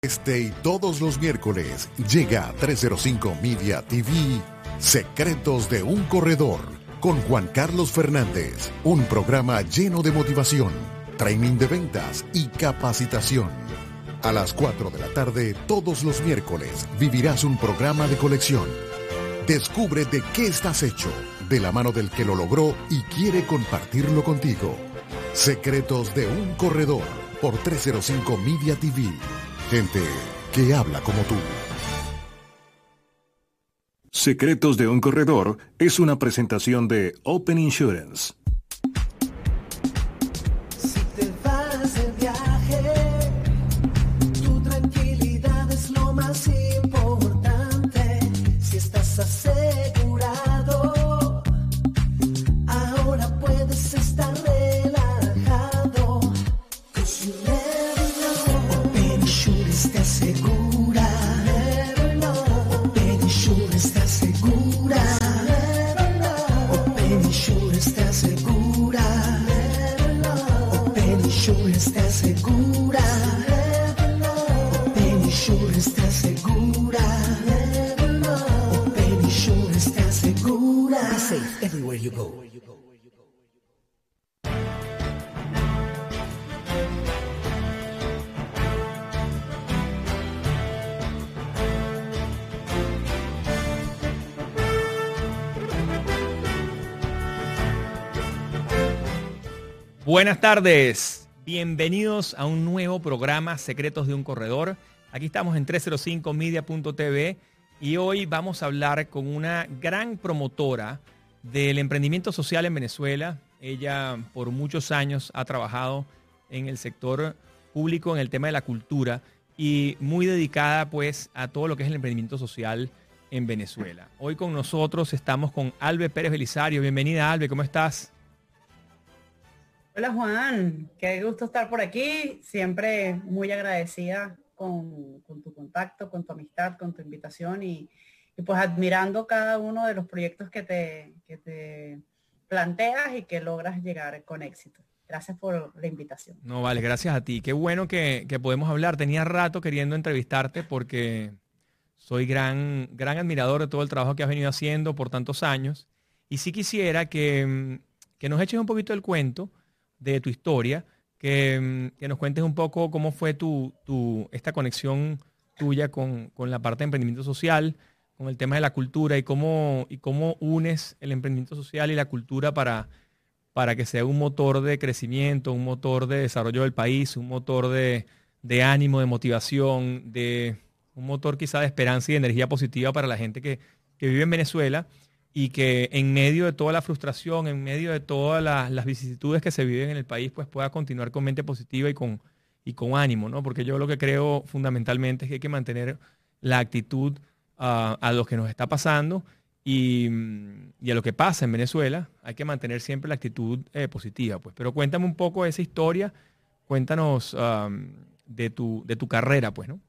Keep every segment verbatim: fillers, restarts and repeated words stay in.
Este y todos los miércoles llega a trescientos cinco Media T V Secretos de un Corredor con Juan Carlos Fernández, un programa lleno de motivación, training de ventas y capacitación. A las cuatro de la tarde todos los miércoles vivirás un programa de colección. Descubre de qué estás hecho, de la mano del que lo logró y quiere compartirlo contigo. Secretos de un Corredor por trescientos cinco Media T V. Gente que habla como tú. Secretos de un Corredor es una presentación de Open Insurance. Si te vas de viaje, tu tranquilidad es lo más importante. Si estás asegurado, ahora puedes estar relajado. Cause you never know. Open Insurance te asegura. Never know. Open Insurance te asegura. Never know. Open Insurance te asegura. Never know. Open Insurance te asegura. Never know. Open Insurance te asegura. Never know. Open Insurance te asegura. Be safe everywhere you go. Buenas tardes, bienvenidos a un nuevo programa Secretos de un Corredor. Aquí estamos en trescientos cinco media punto t v y hoy vamos a hablar con una gran promotora del emprendimiento social en Venezuela. Ella por muchos años ha trabajado en el sector público, en el tema de la cultura y muy dedicada pues a todo lo que es el emprendimiento social en Venezuela. Hoy con nosotros estamos con Albe Pérez Belisario. Bienvenida, Albe, ¿cómo estás? Hola Juan, qué gusto estar por aquí, siempre muy agradecida con, con tu contacto, con tu amistad, con tu invitación y, y pues admirando cada uno de los proyectos que te, que te planteas y que logras llegar con éxito. Gracias por la invitación. No, vale, gracias a ti. Qué bueno que, que podemos hablar. Tenía rato queriendo entrevistarte porque soy gran, gran admirador de todo el trabajo que has venido haciendo por tantos años y sí quisiera que, que nos eches un poquito el cuento de tu historia, que, que nos cuentes un poco cómo fue tu, tu, esta conexión tuya con, con la parte de emprendimiento social, con el tema de la cultura y cómo, y cómo unes el emprendimiento social y la cultura para, para que sea un motor de crecimiento, un motor de desarrollo del país, un motor de, de ánimo, de motivación, de un motor quizá de esperanza y de energía positiva para la gente que, que vive en Venezuela. Y que en medio de toda la frustración, en medio de todas las, las vicisitudes que se viven en el país, pues pueda continuar con mente positiva y con, y con ánimo, ¿no? Porque yo lo que creo fundamentalmente es que hay que mantener la actitud uh, a lo que nos está pasando y, y a lo que pasa en Venezuela. Hay que mantener siempre la actitud eh, positiva, pues. Pero cuéntame un poco de esa historia, cuéntanos um, de, tu, de tu carrera, pues, ¿no?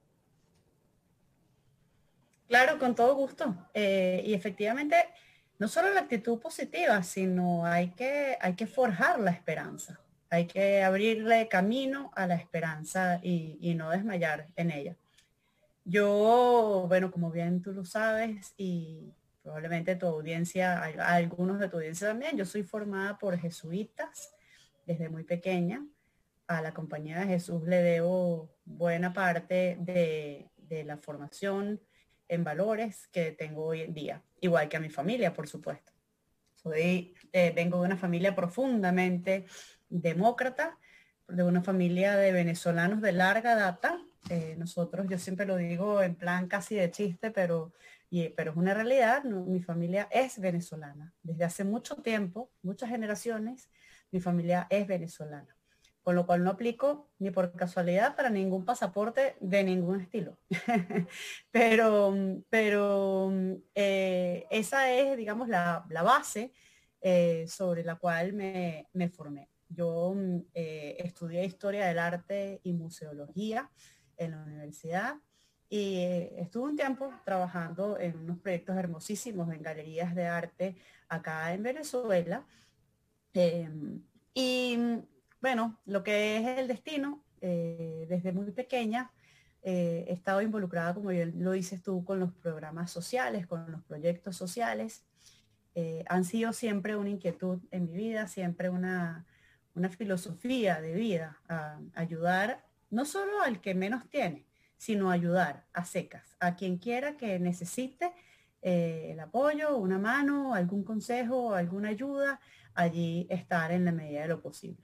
Claro, con todo gusto. Eh, y efectivamente, no solo la actitud positiva, sino hay que, hay que forjar la esperanza. Hay que abrirle camino a la esperanza y, y no desmayar en ella. Yo, bueno, como bien tú lo sabes y probablemente tu audiencia, algunos de tu audiencia también, yo soy formada por jesuitas desde muy pequeña. A la Compañía de Jesús le debo buena parte de, de la formación en valores que tengo hoy en día, igual que a mi familia, por supuesto. Soy, eh, vengo de una familia profundamente demócrata, de una familia de venezolanos de larga data. Eh, nosotros, yo siempre lo digo en plan casi de chiste, pero, y, pero es una realidad. ¿No? Mi familia es venezolana. Desde hace mucho tiempo, muchas generaciones, mi familia es venezolana. Con lo cual no aplico ni por casualidad para ningún pasaporte de ningún estilo. pero pero eh, esa es, digamos, la, la base eh, sobre la cual me, me formé. Yo eh, estudié Historia del Arte y Museología en la universidad y eh, estuve un tiempo trabajando en unos proyectos hermosísimos en galerías de arte acá en Venezuela. Eh, y bueno, lo que es el destino, eh, desde muy pequeña Eh, he estado involucrada, como bien lo dices tú, con los programas sociales, con los proyectos sociales. Eh, han sido siempre una inquietud en mi vida, siempre una, una filosofía de vida, a ayudar no solo al que menos tiene, sino ayudar a secas, a quien quiera que necesite eh, el apoyo, una mano, algún consejo, alguna ayuda, allí estar en la medida de lo posible.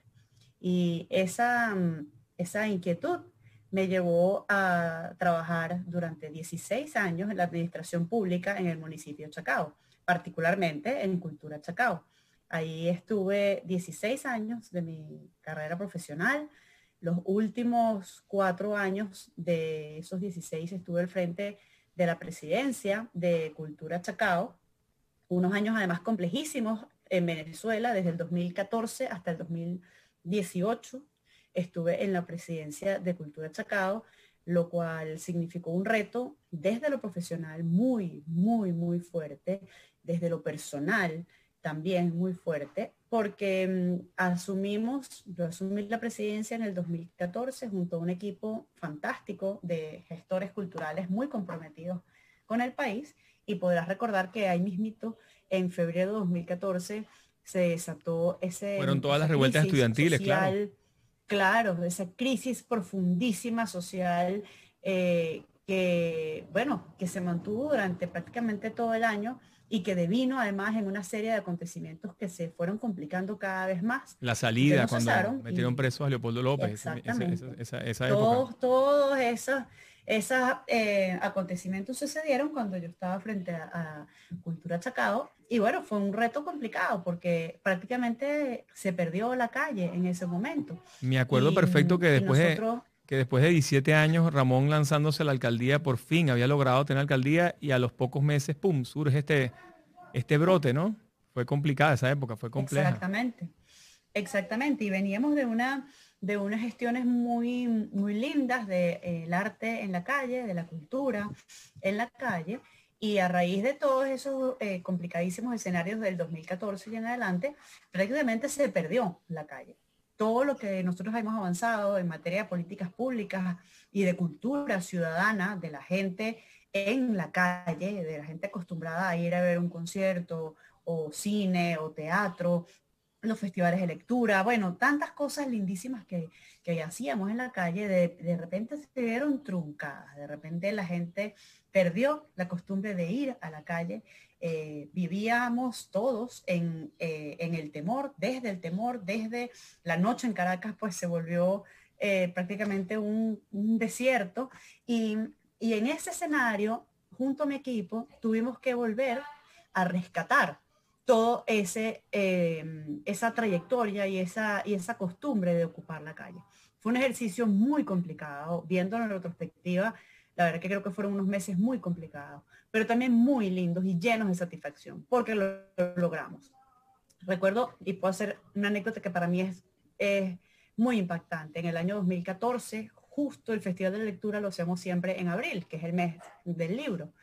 Y esa, esa inquietud me llevó a trabajar durante dieciséis años en la administración pública en el municipio de Chacao, particularmente en Cultura Chacao. Ahí estuve dieciséis años de mi carrera profesional. Los últimos cuatro años de esos dieciséis estuve al frente de la presidencia de Cultura Chacao, unos años además complejísimos en Venezuela, desde el dos mil catorce hasta el dos mil dieciocho. Estuve en la presidencia de Cultura Chacao, lo cual significó un reto desde lo profesional muy, muy, muy fuerte, desde lo personal también muy fuerte, porque mm, asumimos, yo asumí la presidencia en el dos mil catorce junto a un equipo fantástico de gestores culturales muy comprometidos con el país, y podrás recordar que ahí mismito, en febrero de dos mil catorce, se desató ese... Fueron todas las revueltas estudiantiles, social, claro. Claro, esa crisis profundísima social eh, que, bueno, que se mantuvo durante prácticamente todo el año y que devino además en una serie de acontecimientos que se fueron complicando cada vez más. La salida, no cuando metieron y, preso a Leopoldo López, exactamente. esa, esa, esa, esa todos, época. Todos esos, esos eh, acontecimientos sucedieron cuando yo estaba frente a, a Cultura Chacao. Y bueno, fue un reto complicado porque prácticamente se perdió la calle en ese momento. Me acuerdo y, perfecto que después, nosotros, de, que después de diecisiete años, Ramón lanzándose a la alcaldía, por fin había logrado tener alcaldía y a los pocos meses, ¡pum!, surge este, este brote, ¿no? Fue complicada esa época, fue compleja. Exactamente, exactamente. Y veníamos de una... de unas gestiones muy, muy lindas del de, eh, arte en la calle, de la cultura en la calle, y a raíz de todos esos eh, complicadísimos escenarios del dos mil catorce y en adelante, prácticamente se perdió la calle. Todo lo que nosotros hemos avanzado en materia de políticas públicas y de cultura ciudadana, de la gente en la calle, de la gente acostumbrada a ir a ver un concierto o cine o teatro, los festivales de lectura, bueno, tantas cosas lindísimas que, que hacíamos en la calle, de, de repente se vieron truncadas, de repente la gente perdió la costumbre de ir a la calle, eh, vivíamos todos en, eh, en el temor, desde el temor, desde la noche en Caracas, pues se volvió eh, prácticamente un, un desierto, y, y en ese escenario, junto a mi equipo, tuvimos que volver a rescatar todo ese eh, esa trayectoria y esa y esa costumbre de ocupar la calle. Fue un ejercicio muy complicado, viéndolo en retrospectiva. La verdad que creo que fueron unos meses muy complicados, pero también muy lindos y llenos de satisfacción, porque lo, lo logramos. Recuerdo, y puedo hacer una anécdota que para mí es, es muy impactante. En el año dos mil catorce, justo el Festival de la Lectura lo hacemos siempre en abril, que es el mes del libro.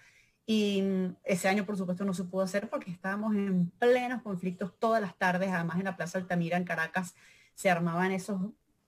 Y ese año, por supuesto, no se pudo hacer porque estábamos en plenos conflictos todas las tardes. Además, en la Plaza Altamira, en Caracas, se armaban esos,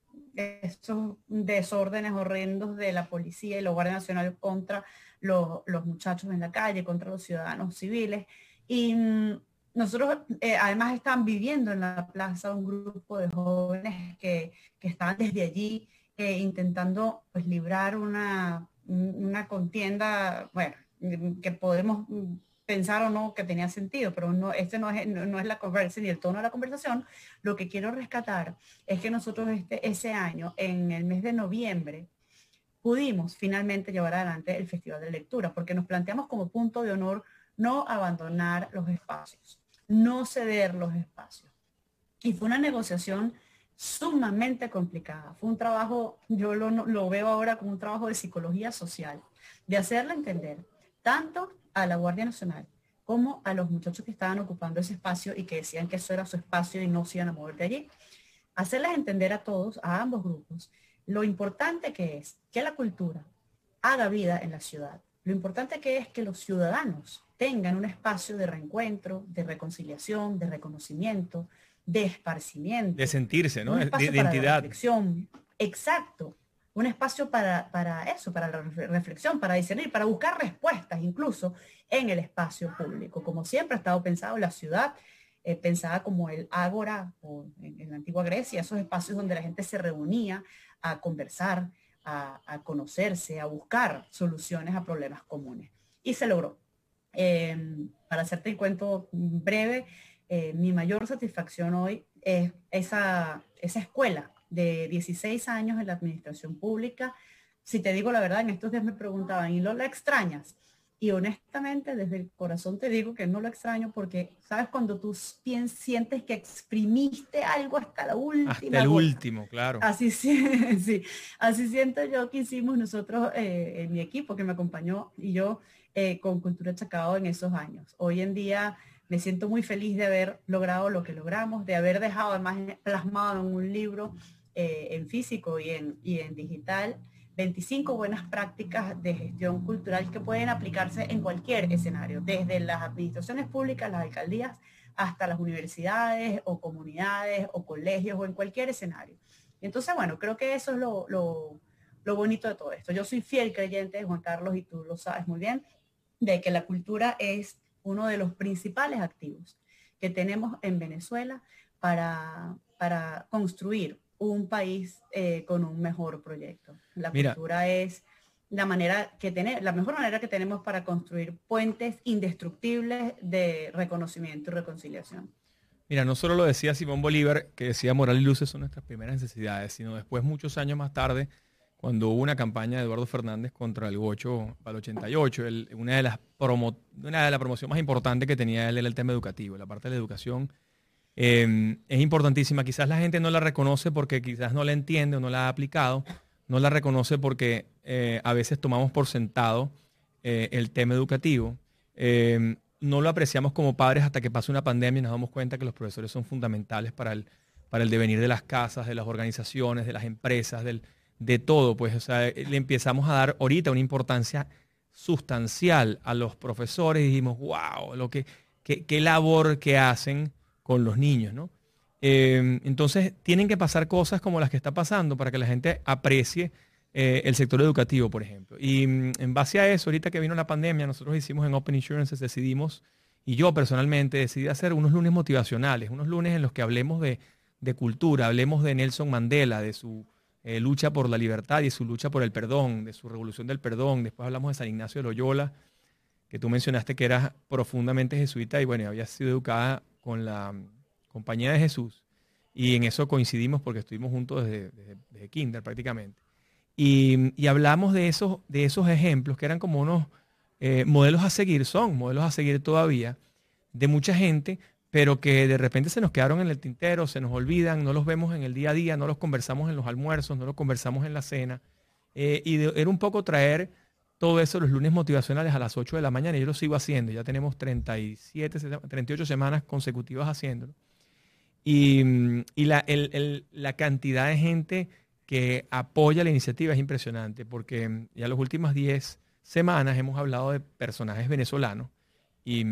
esos desórdenes horrendos de la policía y la Guardia Nacional contra los, los muchachos en la calle, contra los ciudadanos civiles. Y nosotros, eh, además, estaban viviendo en la plaza un grupo de jóvenes que, que estaban desde allí eh, intentando pues, librar una, una contienda, bueno, que podemos pensar o no que tenía sentido, pero no, este no es, no, no es la conversación ni el tono de la conversación. Lo que quiero rescatar es que nosotros este, ese año, en el mes de noviembre, pudimos finalmente llevar adelante el Festival de Lectura, porque nos planteamos como punto de honor no abandonar los espacios, no ceder los espacios. Y fue una negociación sumamente complicada. Fue un trabajo, yo lo, lo veo ahora como un trabajo de psicología social, de hacerle entender tanto a la Guardia Nacional como a los muchachos que estaban ocupando ese espacio y que decían que eso era su espacio y no se iban a mover de allí. Hacerles entender a todos, a ambos grupos, lo importante que es que la cultura haga vida en la ciudad. Lo importante que es que los ciudadanos tengan un espacio de reencuentro, de reconciliación, de reconocimiento, de esparcimiento. De sentirse, ¿no? Un espacio de para identidad. la reflexión. Exacto. un espacio para, para eso, para la reflexión, para discernir, para buscar respuestas incluso en el espacio público. Como siempre ha estado pensado la ciudad, eh, pensada como el ágora o en, en la antigua Grecia, esos espacios donde la gente se reunía a conversar, a, a conocerse, a buscar soluciones a problemas comunes. Y se logró. Eh, para hacerte el cuento breve, eh, mi mayor satisfacción hoy es esa, esa escuela de dieciséis años en la administración pública. Si te digo la verdad, en estos días me preguntaban, ¿y lo la extrañas? Y honestamente, desde el corazón te digo que no lo extraño porque, ¿sabes? Cuando tú piensas, sientes que exprimiste algo hasta la última Hasta el gota. último, claro. Así, sí, así siento yo que hicimos nosotros, eh, en mi equipo que me acompañó y yo eh, con Cultura Chacao en esos años. Hoy en día me siento muy feliz de haber logrado lo que logramos, de haber dejado además plasmado en un libro eh, en físico y en, y en digital veinticinco buenas prácticas de gestión cultural que pueden aplicarse en cualquier escenario, desde las administraciones públicas, las alcaldías, hasta las universidades o comunidades o colegios o en cualquier escenario. Entonces, bueno, creo que eso es lo, lo, lo bonito de todo esto. Yo soy fiel creyente, Juan Carlos, y tú lo sabes muy bien, de que la cultura es uno de los principales activos que tenemos en Venezuela para, para construir un país eh, con un mejor proyecto. La Mira, cultura es la manera que tener, la mejor manera que tenemos para construir puentes indestructibles de reconocimiento y reconciliación. Mira, no solo lo decía Simón Bolívar, que decía moral y luces son nuestras primeras necesidades, sino después, muchos años más tarde, cuando hubo una campaña de Eduardo Fernández contra el gocho para el ochenta y ocho, él, una de las promo, una de las promociones más importantes que tenía él era el tema educativo, la parte de la educación. Eh, es importantísima. Quizás la gente no la reconoce porque quizás no la entiende o no la ha aplicado. No la reconoce porque eh, a veces tomamos por sentado eh, el tema educativo. Eh, no lo apreciamos como padres hasta que pasa una pandemia y nos damos cuenta que los profesores son fundamentales para el, para el devenir de las casas, de las organizaciones, de las empresas, del, de todo. Pues, o sea, le empezamos a dar ahorita una importancia sustancial a los profesores y dijimos, wow, lo que, qué, qué labor que hacen con los niños, ¿no? Eh, entonces, tienen que pasar cosas como las que está pasando para que la gente aprecie eh, el sector educativo, por ejemplo. Y mm, en base a eso, ahorita que vino la pandemia, nosotros hicimos en Open Insurances, decidimos, y yo personalmente decidí hacer unos lunes motivacionales, unos lunes en los que hablemos de, de cultura, hablemos de Nelson Mandela, de su eh, lucha por la libertad y su lucha por el perdón, de su revolución del perdón. Después hablamos de San Ignacio de Loyola, que tú mencionaste que era profundamente jesuita y bueno, había sido educada con la Compañía de Jesús, y en eso coincidimos porque estuvimos juntos desde, desde, desde kinder prácticamente. Y, y hablamos de esos, de esos ejemplos que eran como unos eh, modelos a seguir, son modelos a seguir todavía, de mucha gente, pero que de repente se nos quedaron en el tintero, se nos olvidan, no los vemos en el día a día, no los conversamos en los almuerzos, no los conversamos en la cena. Eh, y de, era un poco traer todo eso los lunes motivacionales a las ocho de la mañana, y yo lo sigo haciendo. Ya tenemos treinta y siete, treinta y ocho semanas consecutivas haciéndolo. Y, y la, el, el, la cantidad de gente que apoya la iniciativa es impresionante, porque ya las últimas diez semanas hemos hablado de personajes venezolanos. Y,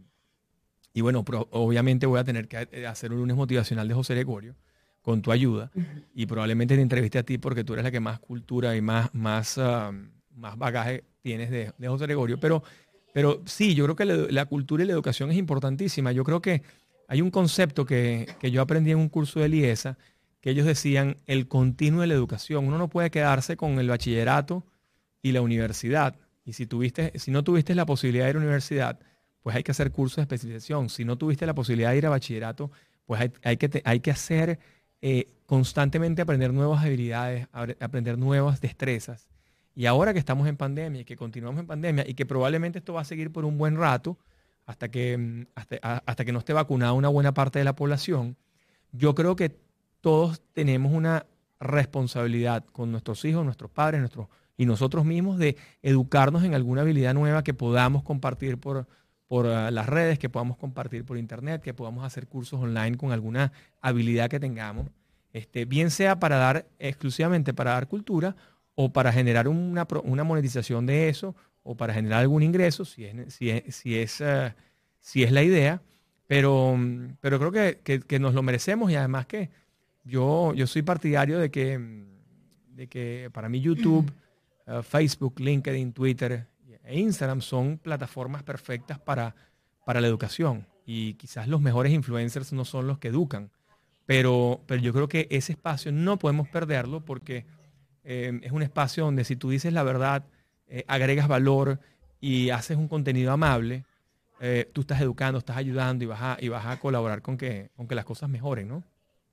y bueno, pro, obviamente voy a tener que hacer un lunes motivacional de José Gregorio, con tu ayuda. Y probablemente te entreviste a ti porque tú eres la que más cultura y más... más um, más bagaje tienes de, de José Gregorio, pero, pero sí, yo creo que la, la cultura y la educación es importantísima. Yo creo que hay un concepto que, que yo aprendí en un curso de Liesa, que ellos decían el continuo de la educación. Uno no puede quedarse con el bachillerato y la universidad, y si, tuviste, si no tuviste la posibilidad de ir a la universidad, pues hay que hacer cursos de especialización. Si no tuviste la posibilidad de ir a bachillerato, pues hay, hay, que, te, hay que hacer eh, constantemente aprender nuevas habilidades, aprender nuevas destrezas. Y ahora que estamos en pandemia y que continuamos en pandemia y que probablemente esto va a seguir por un buen rato hasta que, hasta, hasta que no esté vacunada una buena parte de la población, yo creo que todos tenemos una responsabilidad con nuestros hijos, nuestros padres nuestros, y nosotros mismos de educarnos en alguna habilidad nueva que podamos compartir por, por uh, las redes, que podamos compartir por internet, que podamos hacer cursos online con alguna habilidad que tengamos, este, bien sea para dar exclusivamente para dar cultura, o para generar una, una monetización de eso, o para generar algún ingreso, si es, si es, si es, uh, si es la idea. Pero, pero creo que, que, que nos lo merecemos, y además que yo, yo soy partidario de que, de que para mí YouTube, uh, Facebook, LinkedIn, Twitter e Instagram son plataformas perfectas para, para la educación. Y quizás los mejores influencers no son los que educan. Pero, pero yo creo que ese espacio no podemos perderlo porque eh, es un espacio donde si tú dices la verdad, eh, agregas valor y haces un contenido amable, eh, tú estás educando, estás ayudando y vas a, y vas a colaborar con que, con que las cosas mejoren, ¿no?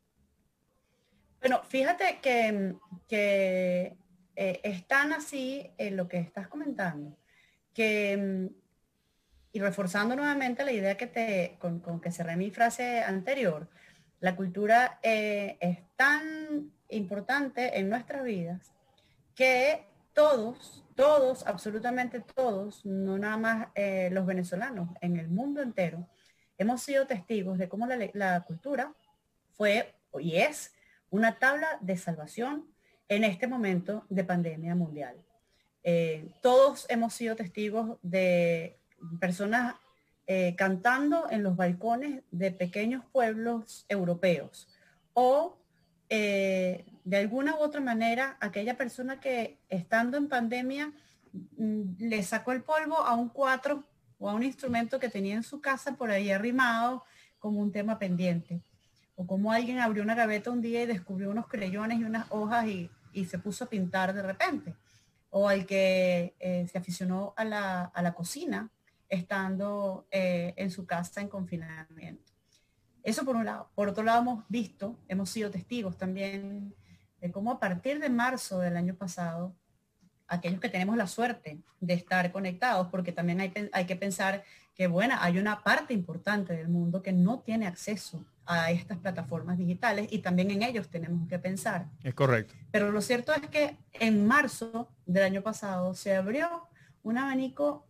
Bueno, fíjate que, que eh, es tan así en lo que estás comentando, que, y reforzando nuevamente la idea que te, con, con que cerré mi frase anterior, la cultura eh, es tan importante en nuestras vidas que todos, todos, absolutamente todos, no nada más eh, los venezolanos, en el mundo entero, hemos sido testigos de cómo la, la cultura fue y es una tabla de salvación en este momento de pandemia mundial. Eh, todos hemos sido testigos de personas eh, cantando en los balcones de pequeños pueblos europeos o eh, de alguna u otra manera aquella persona que estando en pandemia mm, le sacó el polvo a un cuatro o a un instrumento que tenía en su casa por ahí arrimado como un tema pendiente. O como alguien abrió una gaveta un día y descubrió unos creyones y unas hojas y, y se puso a pintar de repente. O al que eh, se aficionó a la, a la cocina estando eh, en su casa en confinamiento. Eso por un lado. Por otro lado hemos visto, hemos sido testigos también de cómo a partir de marzo del año pasado, aquellos que tenemos la suerte de estar conectados, porque también hay, hay que pensar que, bueno, hay una parte importante del mundo que no tiene acceso a estas plataformas digitales y también en ellos tenemos que pensar. Es correcto. Pero lo cierto es que en marzo del año pasado se abrió un abanico,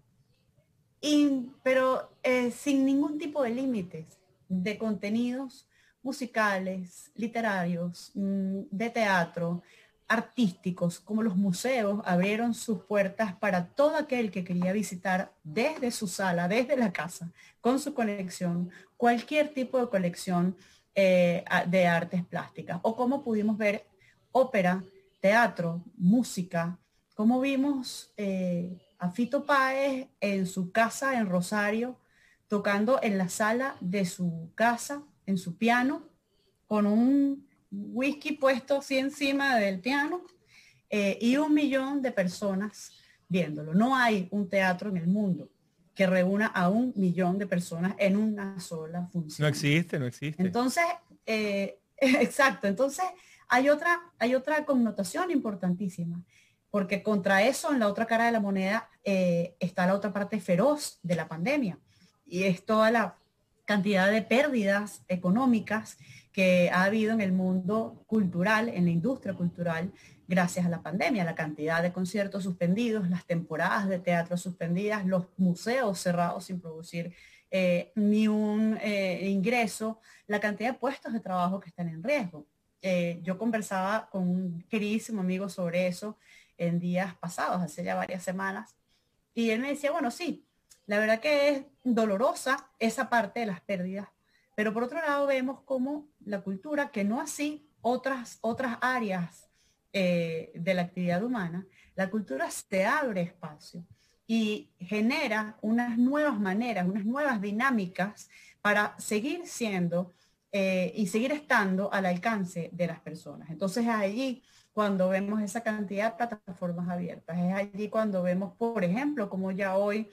in, pero eh, sin ningún tipo de límites de contenidos musicales, literarios, de teatro, artísticos, como los museos abrieron sus puertas para todo aquel que quería visitar desde su sala, desde la casa, con su colección, cualquier tipo de colección eh, de artes plásticas. O como pudimos ver ópera, teatro, música, como vimos eh, a Fito Páez en su casa en Rosario, tocando en la sala de su casa, en su piano, con un whisky puesto así encima del piano eh, y un millón de personas viéndolo. No hay un teatro en el mundo que reúna a un millón de personas en una sola función. No existe, no existe. Entonces, eh, exacto, entonces hay otra, hay otra connotación importantísima, porque contra eso, en la otra cara de la moneda, eh, está la otra parte feroz de la pandemia, y es toda la cantidad de pérdidas económicas que ha habido en el mundo cultural, en la industria cultural, gracias a la pandemia, la cantidad de conciertos suspendidos, las temporadas de teatro suspendidas, los museos cerrados sin producir eh, ni un eh, ingreso, la cantidad de puestos de trabajo que están en riesgo. Eh, yo conversaba con un queridísimo amigo sobre eso en días pasados, hace ya varias semanas, y él me decía, bueno, sí, la verdad que es dolorosa esa parte de las pérdidas, pero por otro lado vemos como la cultura, que no así otras, otras áreas eh, de la actividad humana, la cultura se abre espacio y genera unas nuevas maneras, unas nuevas dinámicas para seguir siendo eh, y seguir estando al alcance de las personas. Entonces allí cuando vemos esa cantidad de plataformas abiertas, es allí cuando vemos, por ejemplo, como ya hoy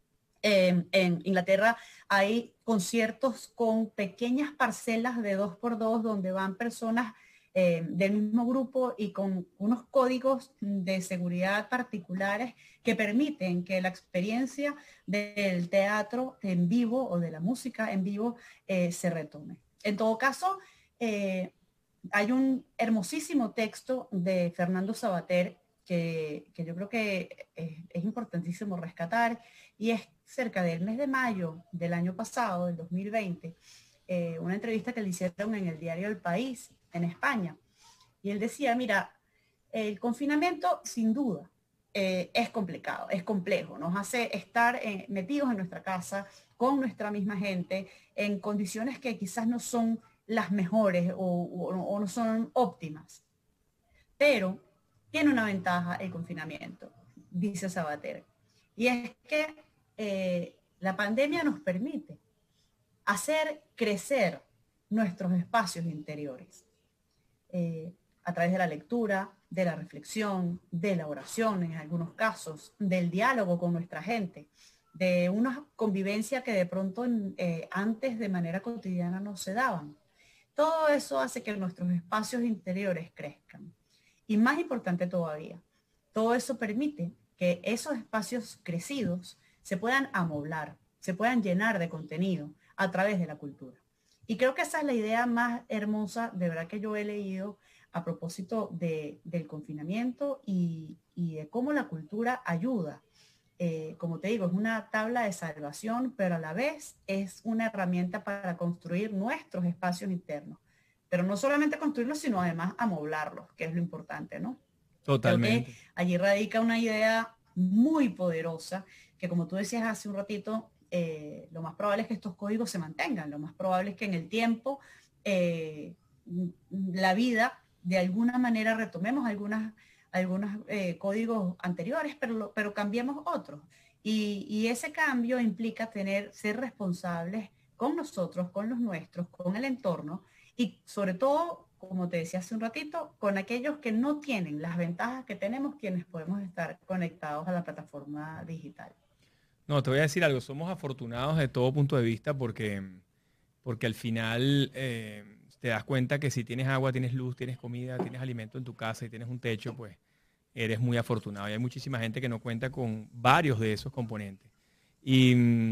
Eh, en Inglaterra hay conciertos con pequeñas parcelas de dos por dos donde van personas eh, del mismo grupo y con unos códigos de seguridad particulares que permiten que la experiencia del teatro en vivo o de la música en vivo eh, se retome. En todo caso, eh, hay un hermosísimo texto de Fernando Savater que, que yo creo que es, es importantísimo rescatar, y es cerca del mes de mayo del año pasado, del dos mil veinte, eh, una entrevista que le hicieron en el diario El País, en España. Y él decía, mira, el confinamiento sin duda eh, es complicado, es complejo, nos hace estar eh, metidos en nuestra casa, con nuestra misma gente, en condiciones que quizás no son las mejores o, o, o no son óptimas. Pero tiene una ventaja el confinamiento, dice Sabater. Y es que eh, la pandemia nos permite hacer crecer nuestros espacios interiores eh, a través de la lectura, de la reflexión, de la oración en algunos casos, del diálogo con nuestra gente, de una convivencia que de pronto eh, antes de manera cotidiana no se daban. Todo eso hace que nuestros espacios interiores crezcan. Y más importante todavía, todo eso permite que esos espacios crecidos se puedan amoblar, se puedan llenar de contenido a través de la cultura. Y creo que esa es la idea más hermosa, de verdad, que yo he leído a propósito de, del confinamiento y, y de cómo la cultura ayuda. Eh, como te digo, es una tabla de salvación, pero a la vez es una herramienta para construir nuestros espacios internos. Pero no solamente construirlos, sino además amoblarlos, que es lo importante, ¿no? Totalmente. Creo que allí radica una idea muy poderosa, que como tú decías hace un ratito, eh, lo más probable es que estos códigos se mantengan, lo más probable es que en el tiempo eh, la vida, de alguna manera retomemos algunas, algunos eh, códigos anteriores, pero, pero cambiemos otros. Y, y ese cambio implica tener, ser responsables con nosotros, con los nuestros, con el entorno y sobre todo, como te decía hace un ratito, con aquellos que no tienen las ventajas que tenemos quienes podemos estar conectados a la plataforma digital. No, te voy a decir algo, somos afortunados de todo punto de vista porque, porque al final eh, te das cuenta que si tienes agua, tienes luz, tienes comida, tienes alimento en tu casa y tienes un techo, pues eres muy afortunado. Y hay muchísima gente que no cuenta con varios de esos componentes. Y,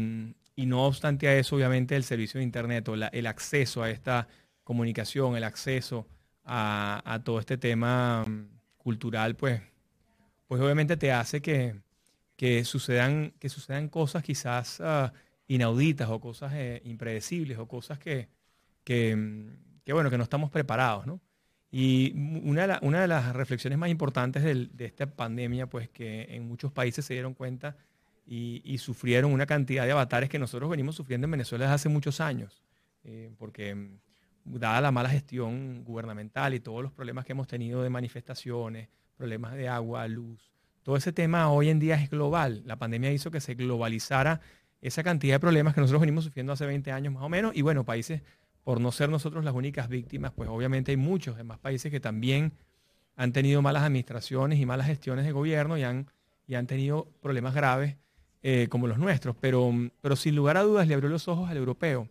y no obstante a eso, obviamente, el servicio de Internet o la, el acceso a esta comunicación, el acceso a, a todo este tema cultural, pues, pues obviamente te hace que, que, sucedan, que sucedan cosas quizás uh, inauditas o cosas eh, impredecibles o cosas que, que, que, bueno, que no estamos preparados, ¿no? Y una de, la, una de las reflexiones más importantes del, de esta pandemia, pues que en muchos países se dieron cuenta y, y sufrieron una cantidad de avatares que nosotros venimos sufriendo en Venezuela desde hace muchos años, eh, porque dada la mala gestión gubernamental y todos los problemas que hemos tenido de manifestaciones, problemas de agua, luz, todo ese tema hoy en día es global. La pandemia hizo que se globalizara esa cantidad de problemas que nosotros venimos sufriendo hace veinte años más o menos. Y bueno, países, por no ser nosotros las únicas víctimas, pues obviamente hay muchos demás países que también han tenido malas administraciones y malas gestiones de gobierno y han, y han tenido problemas graves eh, como los nuestros. Pero, pero sin lugar a dudas le abrió los ojos al europeo.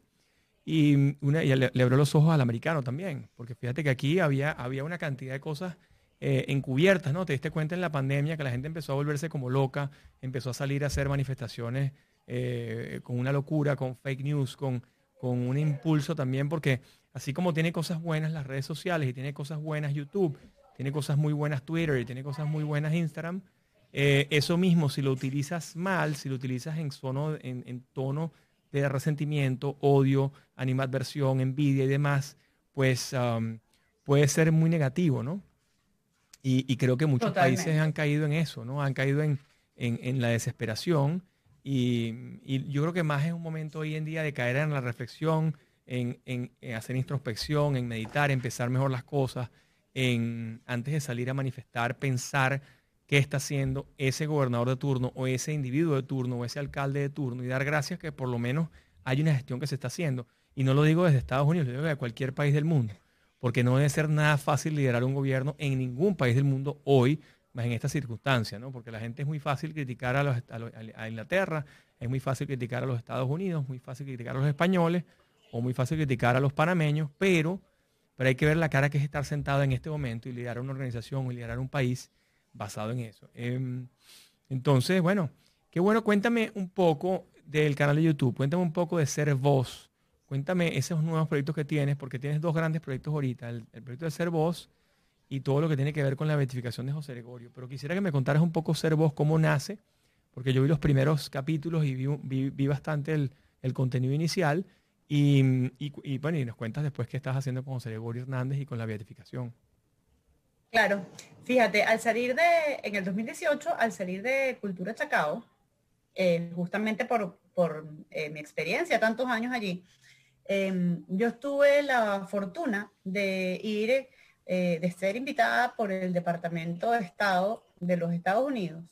Y, una, y le, le abrió los ojos al americano también, porque fíjate que aquí había, había una cantidad de cosas eh, encubiertas, ¿no? Te diste cuenta en la pandemia que la gente empezó a volverse como loca, empezó a salir a hacer manifestaciones eh, con una locura, con fake news, con, con un impulso también, porque así como tiene cosas buenas las redes sociales y tiene cosas buenas YouTube, tiene cosas muy buenas Twitter y tiene cosas muy buenas Instagram, eh, eso mismo, si lo utilizas mal, si lo utilizas en, sono, en, en tono de resentimiento, odio, animadversión, envidia y demás, pues um, puede ser muy negativo, ¿no? Y, y creo que muchos Totalmente. países han caído en eso, ¿no? Han caído en, en, en la desesperación y, y yo creo que más es un momento hoy en día de caer en la reflexión, en, en, en hacer introspección, en meditar, en pensar mejor las cosas, en antes de salir a manifestar, pensar qué está haciendo ese gobernador de turno o ese individuo de turno o ese alcalde de turno y dar gracias que por lo menos hay una gestión que se está haciendo. Y no lo digo desde Estados Unidos, lo digo de cualquier país del mundo, porque no debe ser nada fácil liderar un gobierno en ningún país del mundo hoy, más en esta circunstancia, ¿no? Porque la gente es muy fácil criticar a, los, a, los, a Inglaterra, es muy fácil criticar a los Estados Unidos, muy fácil criticar a los españoles o muy fácil criticar a los panameños, pero, pero hay que ver la cara que es estar sentado en este momento y liderar una organización o liderar un país basado en eso. Eh, entonces, bueno, qué bueno, cuéntame un poco del canal de YouTube, cuéntame un poco de Ser Voz, cuéntame esos nuevos proyectos que tienes, porque tienes dos grandes proyectos ahorita, el, el proyecto de Ser Voz y todo lo que tiene que ver con la beatificación de José Gregorio. Pero quisiera que me contaras un poco Ser Voz, cómo nace, porque yo vi los primeros capítulos y vi, vi, vi bastante el, el contenido inicial y, y, y, bueno, y nos cuentas después qué estás haciendo con José Gregorio Hernández y con la beatificación. Claro, fíjate, al salir de, en el dos mil dieciocho, al salir de Cultura Chacao, eh, justamente por, por eh, mi experiencia, tantos años allí, eh, yo tuve la fortuna de ir eh, de ser invitada por el Departamento de Estado de los Estados Unidos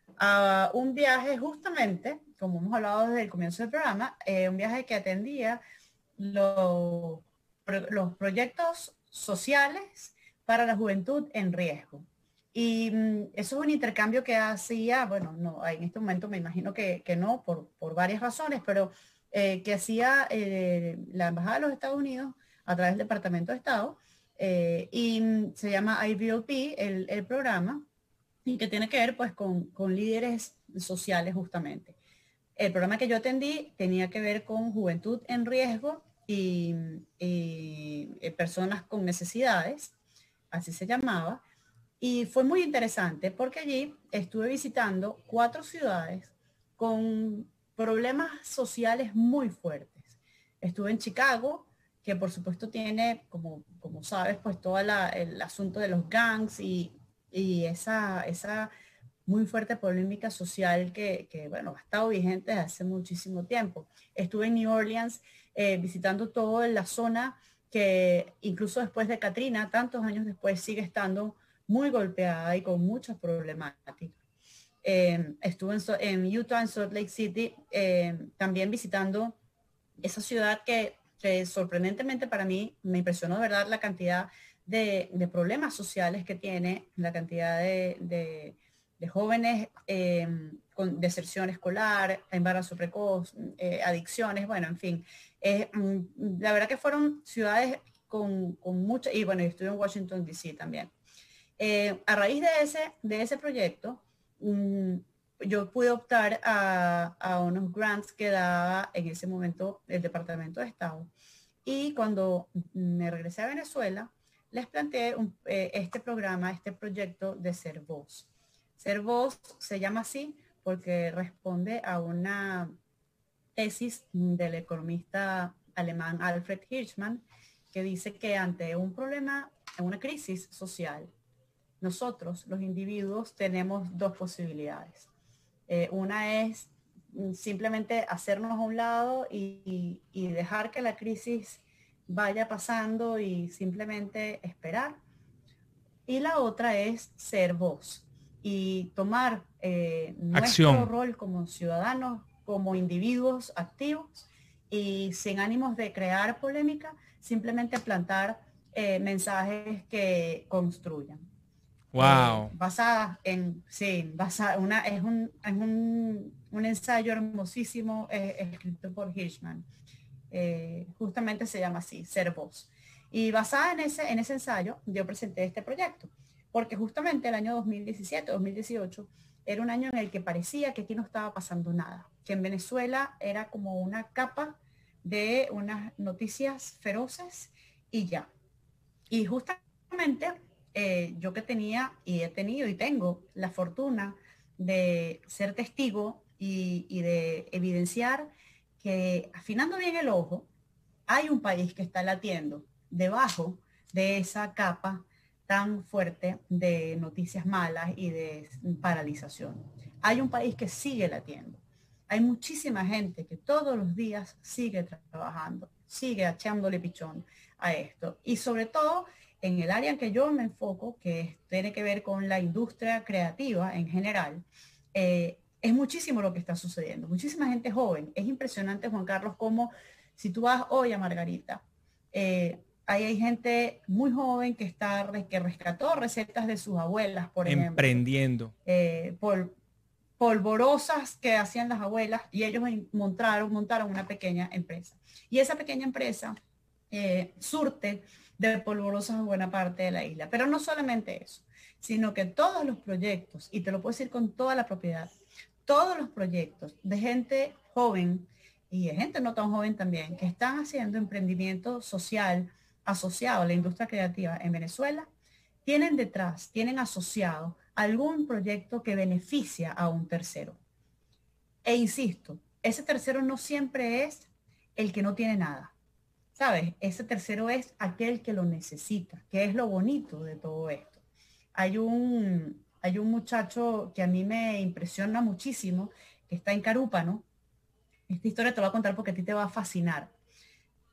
a un viaje justamente, como hemos hablado desde el comienzo del programa, eh, un viaje que atendía los, los proyectos sociales para la juventud en riesgo. Y mm, eso es un intercambio que hacía, bueno, no, en este momento me imagino que, que no, por, por varias razones, pero eh, que hacía eh, la Embajada de los Estados Unidos a través del Departamento de Estado, eh, y mm, se llama I V L P, el, el programa, y que tiene que ver pues con, con líderes sociales justamente. El programa que yo atendí tenía que ver con juventud en riesgo y, y, y personas con necesidades, así se llamaba, y fue muy interesante porque allí estuve visitando cuatro ciudades con problemas sociales muy fuertes. Estuve en Chicago, que por supuesto tiene, como, como sabes, pues todo la, el asunto de los gangs y y esa, esa muy fuerte polémica social que, que, bueno, ha estado vigente desde hace muchísimo tiempo. Estuve en New Orleans eh, visitando toda la zona que incluso después de Katrina, tantos años después, sigue estando muy golpeada y con muchas problemáticas. Eh, estuve en, en Utah, en Salt Lake City, eh, también visitando esa ciudad que, que sorprendentemente para mí me impresionó de verdad la cantidad De, de problemas sociales que tiene, la cantidad de, de, de jóvenes eh, con deserción escolar, embarazo precoz, eh, adicciones, bueno, en fin. Eh, la verdad que fueron ciudades con, con mucha, y bueno, yo estuve en Washington, D C también. Eh, a raíz de ese, de ese proyecto, um, yo pude optar a, a unos grants que daba en ese momento el Departamento de Estado. Y cuando me regresé a Venezuela, les planteé un, eh, este programa, este proyecto de Ser Voz. Ser Voz se llama así porque responde a una tesis del economista alemán Alfred Hirschman, que dice que ante un problema, una crisis social, nosotros, los individuos, tenemos dos posibilidades. Eh, una es simplemente hacernos a un lado y, y dejar que la crisis vaya pasando y simplemente esperar. Y la otra es ser voz y tomar eh, nuestro rol como ciudadanos, como individuos activos y sin ánimos de crear polémica, simplemente plantar eh, mensajes que construyan. Wow. Eh, basada en, sí, basada, una, es, un, es un, un ensayo hermosísimo eh, escrito por Hirschman. Eh, justamente se llama así, Ser Voz. Y basada en ese, en ese ensayo, yo presenté este proyecto, porque justamente el año dos mil diecisiete, dos mil dieciocho, era un año en el que parecía que aquí no estaba pasando nada, que en Venezuela era como una capa de unas noticias feroces y ya. Y justamente eh, yo que tenía y he tenido y tengo la fortuna de ser testigo y, y de evidenciar que, afinando bien el ojo, hay un país que está latiendo debajo de esa capa tan fuerte de noticias malas y de paralización. Hay un país que sigue latiendo. Hay muchísima gente que todos los días sigue trabajando, sigue echándole pichón a esto. Y sobre todo en el área en que yo me enfoco, que tiene que ver con la industria creativa en general, eh, es muchísimo lo que está sucediendo. Muchísima gente joven. Es impresionante, Juan Carlos, cómo si tú vas hoy a Margarita, eh, ahí hay gente muy joven que está que rescató recetas de sus abuelas, por ejemplo. Emprendiendo. Eh, por polvorosas que hacían las abuelas y ellos montaron, montaron una pequeña empresa. Y esa pequeña empresa eh, surte de polvorosas en buena parte de la isla. Pero no solamente eso, sino que todos los proyectos, y te lo puedo decir con toda la propiedad, todos los proyectos de gente joven y de gente no tan joven también, que están haciendo emprendimiento social asociado a la industria creativa en Venezuela, tienen detrás, tienen asociado algún proyecto que beneficia a un tercero. E insisto, ese tercero no siempre es el que no tiene nada, ¿sabes? Ese tercero es aquel que lo necesita, que es lo bonito de todo esto. Hay un, hay un muchacho que a mí me impresiona muchísimo, que está en Carúpano. Esta historia te voy a contar porque a ti te va a fascinar.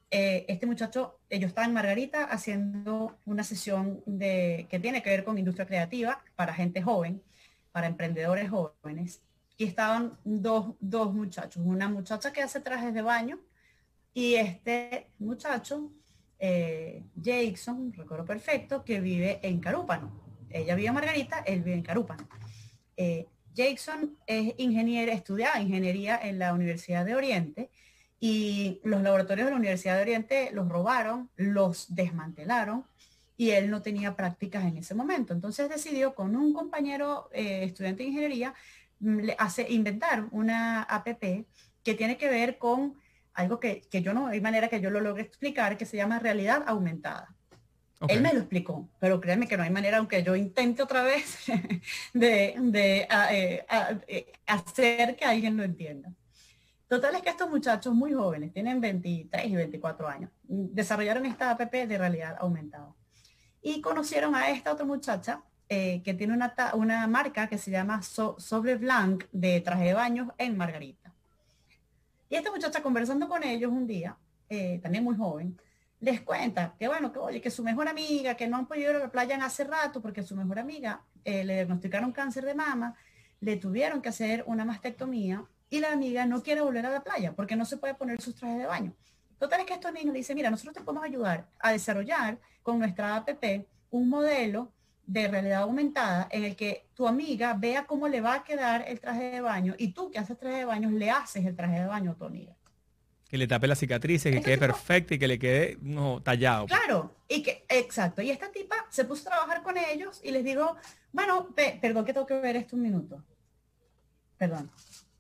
eh, este muchacho, ellos estaban en Margarita haciendo una sesión de, que tiene que ver con industria creativa para gente joven, para emprendedores jóvenes. Y estaban dos, dos muchachos, una muchacha que hace trajes de baño y este muchacho, eh, Jason, recuerdo perfecto, que vive en Carúpano. Ella vive en Margarita, él vive en Carúpano. Eh, Jason es ingeniero, estudiaba ingeniería en la Universidad de Oriente y los laboratorios de la Universidad de Oriente los robaron, los desmantelaron y él no tenía prácticas en ese momento. Entonces decidió con un compañero eh, estudiante de ingeniería le hace inventar una app que tiene que ver con algo que, que yo no hay manera que yo lo logre explicar, que se llama realidad aumentada. Okay. Él me lo explicó, pero créanme que no hay manera, aunque yo intente otra vez, de, de a, eh, a, eh, hacer que alguien lo entienda. Total es que estos muchachos muy jóvenes, tienen veintitrés y veinticuatro años, desarrollaron esta app de realidad aumentada. Y conocieron a esta otra muchacha eh, que tiene una, una marca que se llama so Sobre Blanc de traje de baños en Margarita. Y esta muchacha conversando con ellos un día, eh, también muy joven, les cuenta que bueno, que oye, que su mejor amiga, que no han podido ir a la playa en hace rato porque su mejor amiga eh, le diagnosticaron cáncer de mama, le tuvieron que hacer una mastectomía y la amiga no quiere volver a la playa porque no se puede poner sus trajes de baño. Total es que estos niños le dicen, mira, nosotros te podemos ayudar a desarrollar con nuestra app un modelo de realidad aumentada en el que tu amiga vea cómo le va a quedar el traje de baño y tú que haces traje de baño le haces el traje de baño a tu amiga. Que le tape las cicatrices, que este quede tipo, perfecto y que le quede no, tallado. Claro, y que, exacto. Y esta tipa se puso a trabajar con ellos y les digo, bueno, pe, perdón que tengo que ver esto un minuto. Perdón.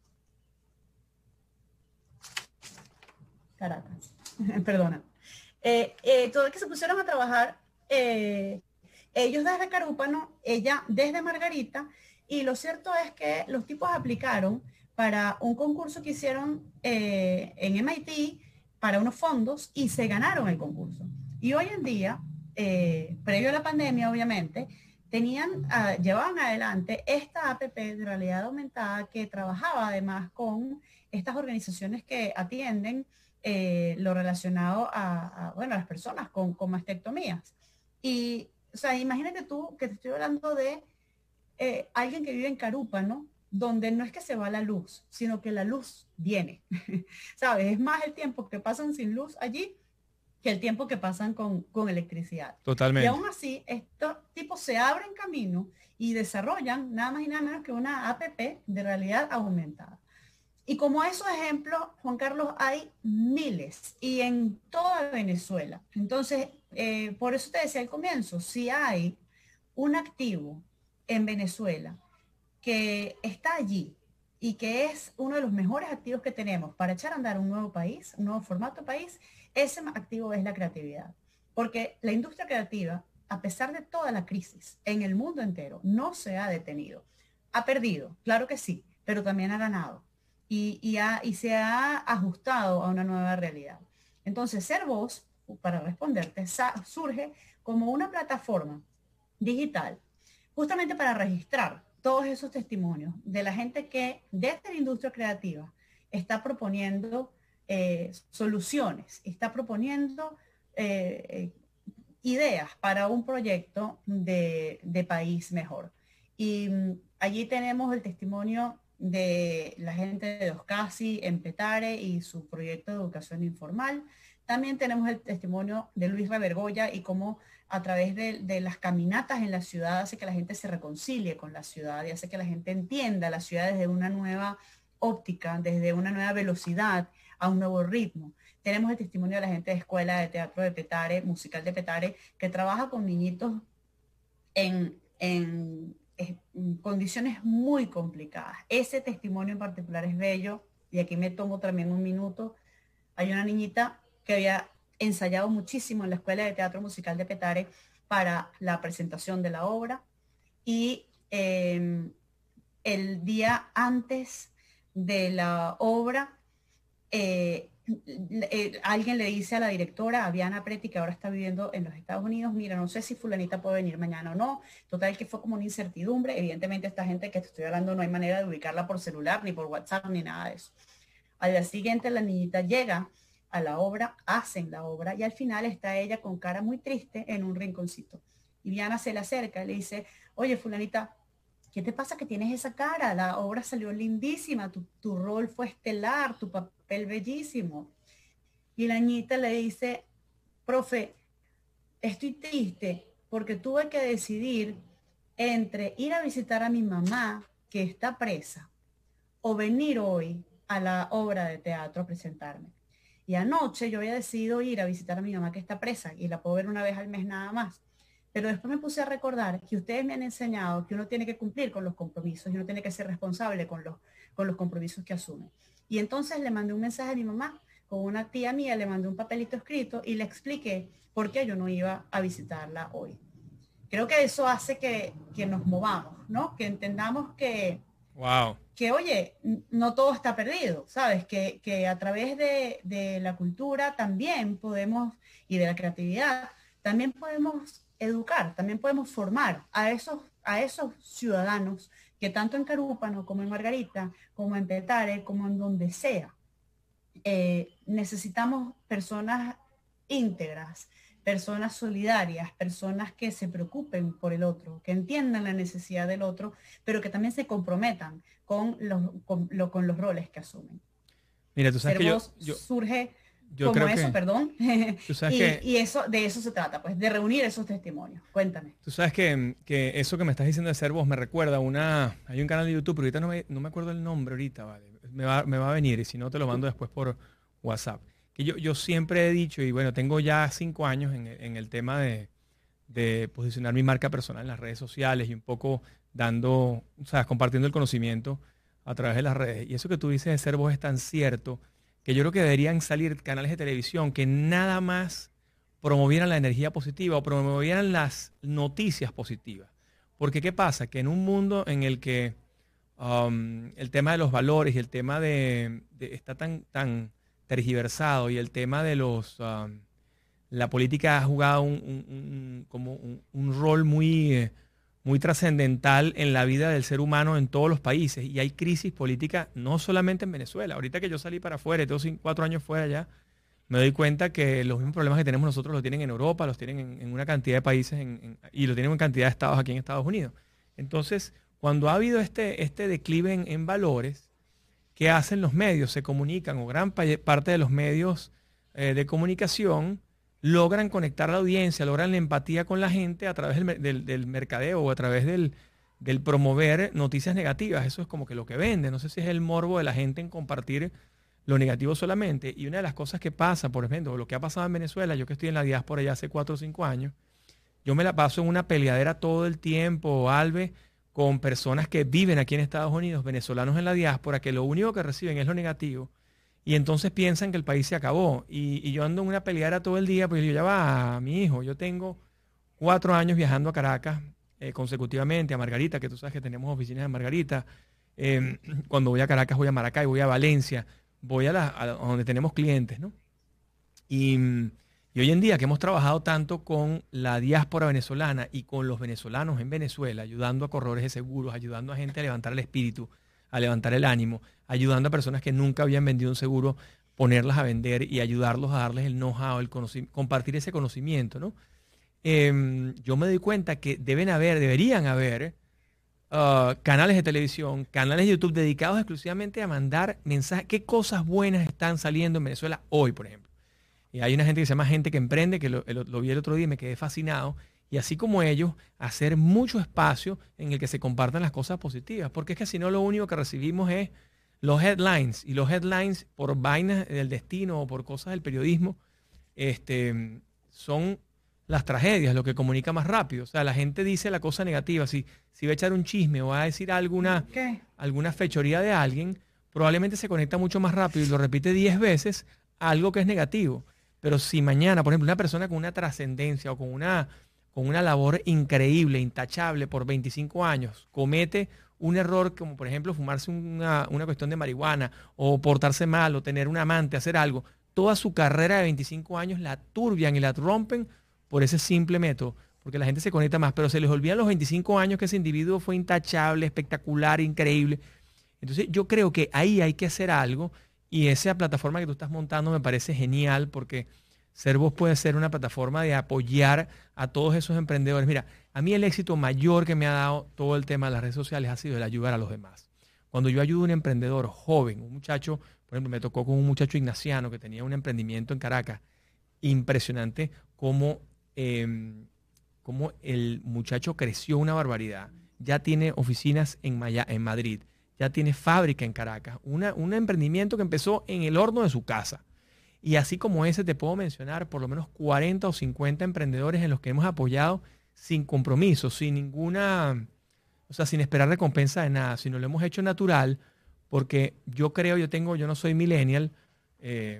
Caracas. Perdona. Eh, eh, todo el que se pusieron a trabajar, eh, ellos desde Carúpano, ella desde Margarita, y lo cierto es que los tipos aplicaron para un concurso que hicieron eh, en M I T para unos fondos y se ganaron el concurso. Y hoy en día, eh, previo a la pandemia obviamente, tenían, uh, llevaban adelante esta app de realidad aumentada que trabajaba además con estas organizaciones que atienden eh, lo relacionado a, a, bueno, a las personas con, con mastectomías. Y, o sea, imagínate tú que te estoy hablando de eh, alguien que vive en Carúpano, donde no es que se va la luz, sino que la luz viene, ¿sabes? Es más el tiempo que pasan sin luz allí que el tiempo que pasan con, con electricidad. Totalmente. Y aún así, estos tipos se abren camino y desarrollan nada más y nada menos que una app de realidad aumentada. Y como esos ejemplos, Juan Carlos, hay miles y en toda Venezuela. Entonces, eh, por eso te decía al comienzo, si hay un activo en Venezuela que está allí y que es uno de los mejores activos que tenemos para echar a andar un nuevo país, un nuevo formato país, ese activo es la creatividad. Porque la industria creativa, a pesar de toda la crisis en el mundo entero, no se ha detenido. Ha perdido, claro que sí, pero también ha ganado y, y, ha, y se ha ajustado a una nueva realidad. Entonces, Ser Voz, para responderte, surge como una plataforma digital justamente para registrar todos esos testimonios de la gente que desde la industria creativa está proponiendo eh, soluciones, está proponiendo eh, eh, ideas para un proyecto de, de país mejor. Y um, allí tenemos el testimonio de la gente de Oscasi en Petare y su proyecto de educación informal. También tenemos el testimonio de Luis Revergoya y cómo a través de, de las caminatas en la ciudad hace que la gente se reconcilie con la ciudad y hace que la gente entienda la ciudad desde una nueva óptica, desde una nueva velocidad, a un nuevo ritmo. Tenemos el testimonio de la gente de Escuela de Teatro de Petare, Musical de Petare, que trabaja con niñitos en, en, en condiciones muy complicadas. Ese testimonio en particular es bello y aquí me tomo también un minuto. Hay una niñita que había ensayado muchísimo en la Escuela de Teatro Musical de Petare para la presentación de la obra y eh, el día antes de la obra eh, eh, alguien le dice a la directora, a Viana Preti, que ahora está viviendo en los Estados Unidos, mira, no sé si fulanita puede venir mañana o no. Total que fue como una incertidumbre. Evidentemente esta gente que te estoy hablando no hay manera de ubicarla por celular, ni por WhatsApp, ni nada de eso. Al día siguiente la niñita llega a la obra, hacen la obra y al final está ella con cara muy triste en un rinconcito. Y Viana se le acerca y le dice, oye, fulanita, ¿qué te pasa que tienes esa cara? La obra salió lindísima, tu, tu rol fue estelar, tu papel bellísimo. Y la niñita le dice, profe, estoy triste porque tuve que decidir entre ir a visitar a mi mamá, que está presa, o venir hoy a la obra de teatro a presentarme. Y anoche yo había decidido ir a visitar a mi mamá que está presa y la puedo ver una vez al mes nada más. Pero después me puse a recordar que ustedes me han enseñado que uno tiene que cumplir con los compromisos y uno tiene que ser responsable con los, con los compromisos que asume. Y entonces le mandé un mensaje a mi mamá, con una tía mía, le mandé un papelito escrito y le expliqué por qué yo no iba a visitarla hoy. Creo que eso hace que, que nos movamos, ¿no? Que entendamos que, wow. que oye, no todo está perdido, ¿sabes? Que, que a través de, de la cultura también podemos, y de la creatividad, también podemos educar, también podemos formar a esos, a esos ciudadanos que tanto en Carúpano como en Margarita, como en Petare, como en donde sea, eh, necesitamos personas íntegras, personas solidarias, personas que se preocupen por el otro, que entiendan la necesidad del otro, pero que también se comprometan con los, con, lo, con los roles que asumen. Mira, tú sabes Ser que voz yo, yo, surge yo como creo eso, que, perdón. tú sabes y, que, y eso, de eso se trata, pues, de reunir esos testimonios. Cuéntame. Tú sabes que, que eso que me estás diciendo de ser voz me recuerda a una... Hay un canal de YouTube, pero ahorita no me, no me acuerdo el nombre ahorita, ¿vale? Me va, me va a venir y si no te lo mando después por WhatsApp. Que yo, yo siempre he dicho, y bueno, tengo ya cinco años en, en el tema de, de posicionar mi marca personal en las redes sociales y un poco dando, o sea, compartiendo el conocimiento a través de las redes. Y eso que tú dices de ser voz es tan cierto que yo creo que deberían salir canales de televisión que nada más promovieran la energía positiva o promovieran las noticias positivas. Porque ¿qué pasa? Que en un mundo en el que um, el tema de los valores y el tema de, de está tan, tan tergiversado y el tema de los... Um, la política ha jugado un, un, un, como un, un rol muy, eh, muy trascendental en la vida del ser humano en todos los países. Y hay crisis política no solamente en Venezuela. Ahorita que yo salí para afuera, tengo cinco, cuatro años fuera ya, me doy cuenta que los mismos problemas que tenemos nosotros los tienen en Europa, los tienen en, en una cantidad de países en, en, y lo tienen en cantidad de estados aquí en Estados Unidos. Entonces, cuando ha habido este, este declive en, en valores, ¿qué hacen los medios? Se comunican, o gran parte de los medios eh, de comunicación logran conectar a la audiencia, logran la empatía con la gente a través del, del, del mercadeo o a través del, del promover noticias negativas. Eso es como que lo que vende. No sé si es el morbo de la gente en compartir lo negativo solamente. Y una de las cosas que pasa, por ejemplo, lo que ha pasado en Venezuela, yo que estoy en la diáspora ya hace cuatro o cinco años, yo me la paso en una peleadera todo el tiempo, Alve, con personas que viven aquí en Estados Unidos, venezolanos en la diáspora, que lo único que reciben es lo negativo. Y entonces piensan que el país se acabó. Y, y yo ando en una peleadera todo el día, pues yo ya va, mi hijo, yo tengo cuatro años viajando a Caracas eh, consecutivamente, a Margarita, que tú sabes que tenemos oficinas en Margarita. Eh, cuando voy a Caracas voy a Maracay, voy a Valencia, voy a, la, a donde tenemos clientes, ¿no? Y, y hoy en día que hemos trabajado tanto con la diáspora venezolana y con los venezolanos en Venezuela, ayudando a corredores de seguros, ayudando a gente a levantar el espíritu, a levantar el ánimo, ayudando a personas que nunca habían vendido un seguro, ponerlas a vender y ayudarlos a darles el know-how, el compartir ese conocimiento, ¿no? Eh, yo me doy cuenta que deben haber, deberían haber uh, canales de televisión, canales de YouTube dedicados exclusivamente a mandar mensajes, qué cosas buenas están saliendo en Venezuela hoy, por ejemplo. Y hay una gente que se llama Gente que Emprende, que lo, lo, lo vi el otro día y me quedé fascinado. Y así como ellos, hacer mucho espacio en el que se compartan las cosas positivas. Porque es que si no, lo único que recibimos es los headlines. Y los headlines, por vainas del destino o por cosas del periodismo, este, son las tragedias, lo que comunica más rápido. O sea, la gente dice la cosa negativa. Si, si va a echar un chisme o va a decir alguna, ¿Qué? alguna fechoría de alguien, probablemente se conecta mucho más rápido y lo repite diez veces a algo que es negativo. Pero si mañana, por ejemplo, una persona con una trascendencia o con una... con una labor increíble, intachable por veinticinco años, comete un error como por ejemplo fumarse una, una cuestión de marihuana o portarse mal o tener un amante, hacer algo, toda su carrera de veinticinco años la turbian y la rompen por ese simple método, porque la gente se conecta más, pero se les olvidan los veinticinco años que ese individuo fue intachable, espectacular, increíble. Entonces yo creo que ahí hay que hacer algo Y esa plataforma que tú estás montando me parece genial porque Servoz puede ser una plataforma de apoyar a todos esos emprendedores. Mira, a mí el éxito mayor que me ha dado todo el tema de las redes sociales ha sido el ayudar a los demás. Cuando yo ayudo a un emprendedor joven, un muchacho, por ejemplo, me tocó con un muchacho ignaciano que tenía un emprendimiento en Caracas, impresionante cómo, eh, cómo el muchacho creció una barbaridad. Ya tiene oficinas en, Maya, en Madrid, ya tiene fábrica en Caracas, una, un emprendimiento que empezó en el horno de su casa. Y así como ese te puedo mencionar por lo menos cuarenta o cincuenta emprendedores en los que hemos apoyado sin compromiso, sin ninguna, o sea, sin esperar recompensa de nada, sino lo hemos hecho natural porque yo creo, yo tengo, yo no soy millennial, eh,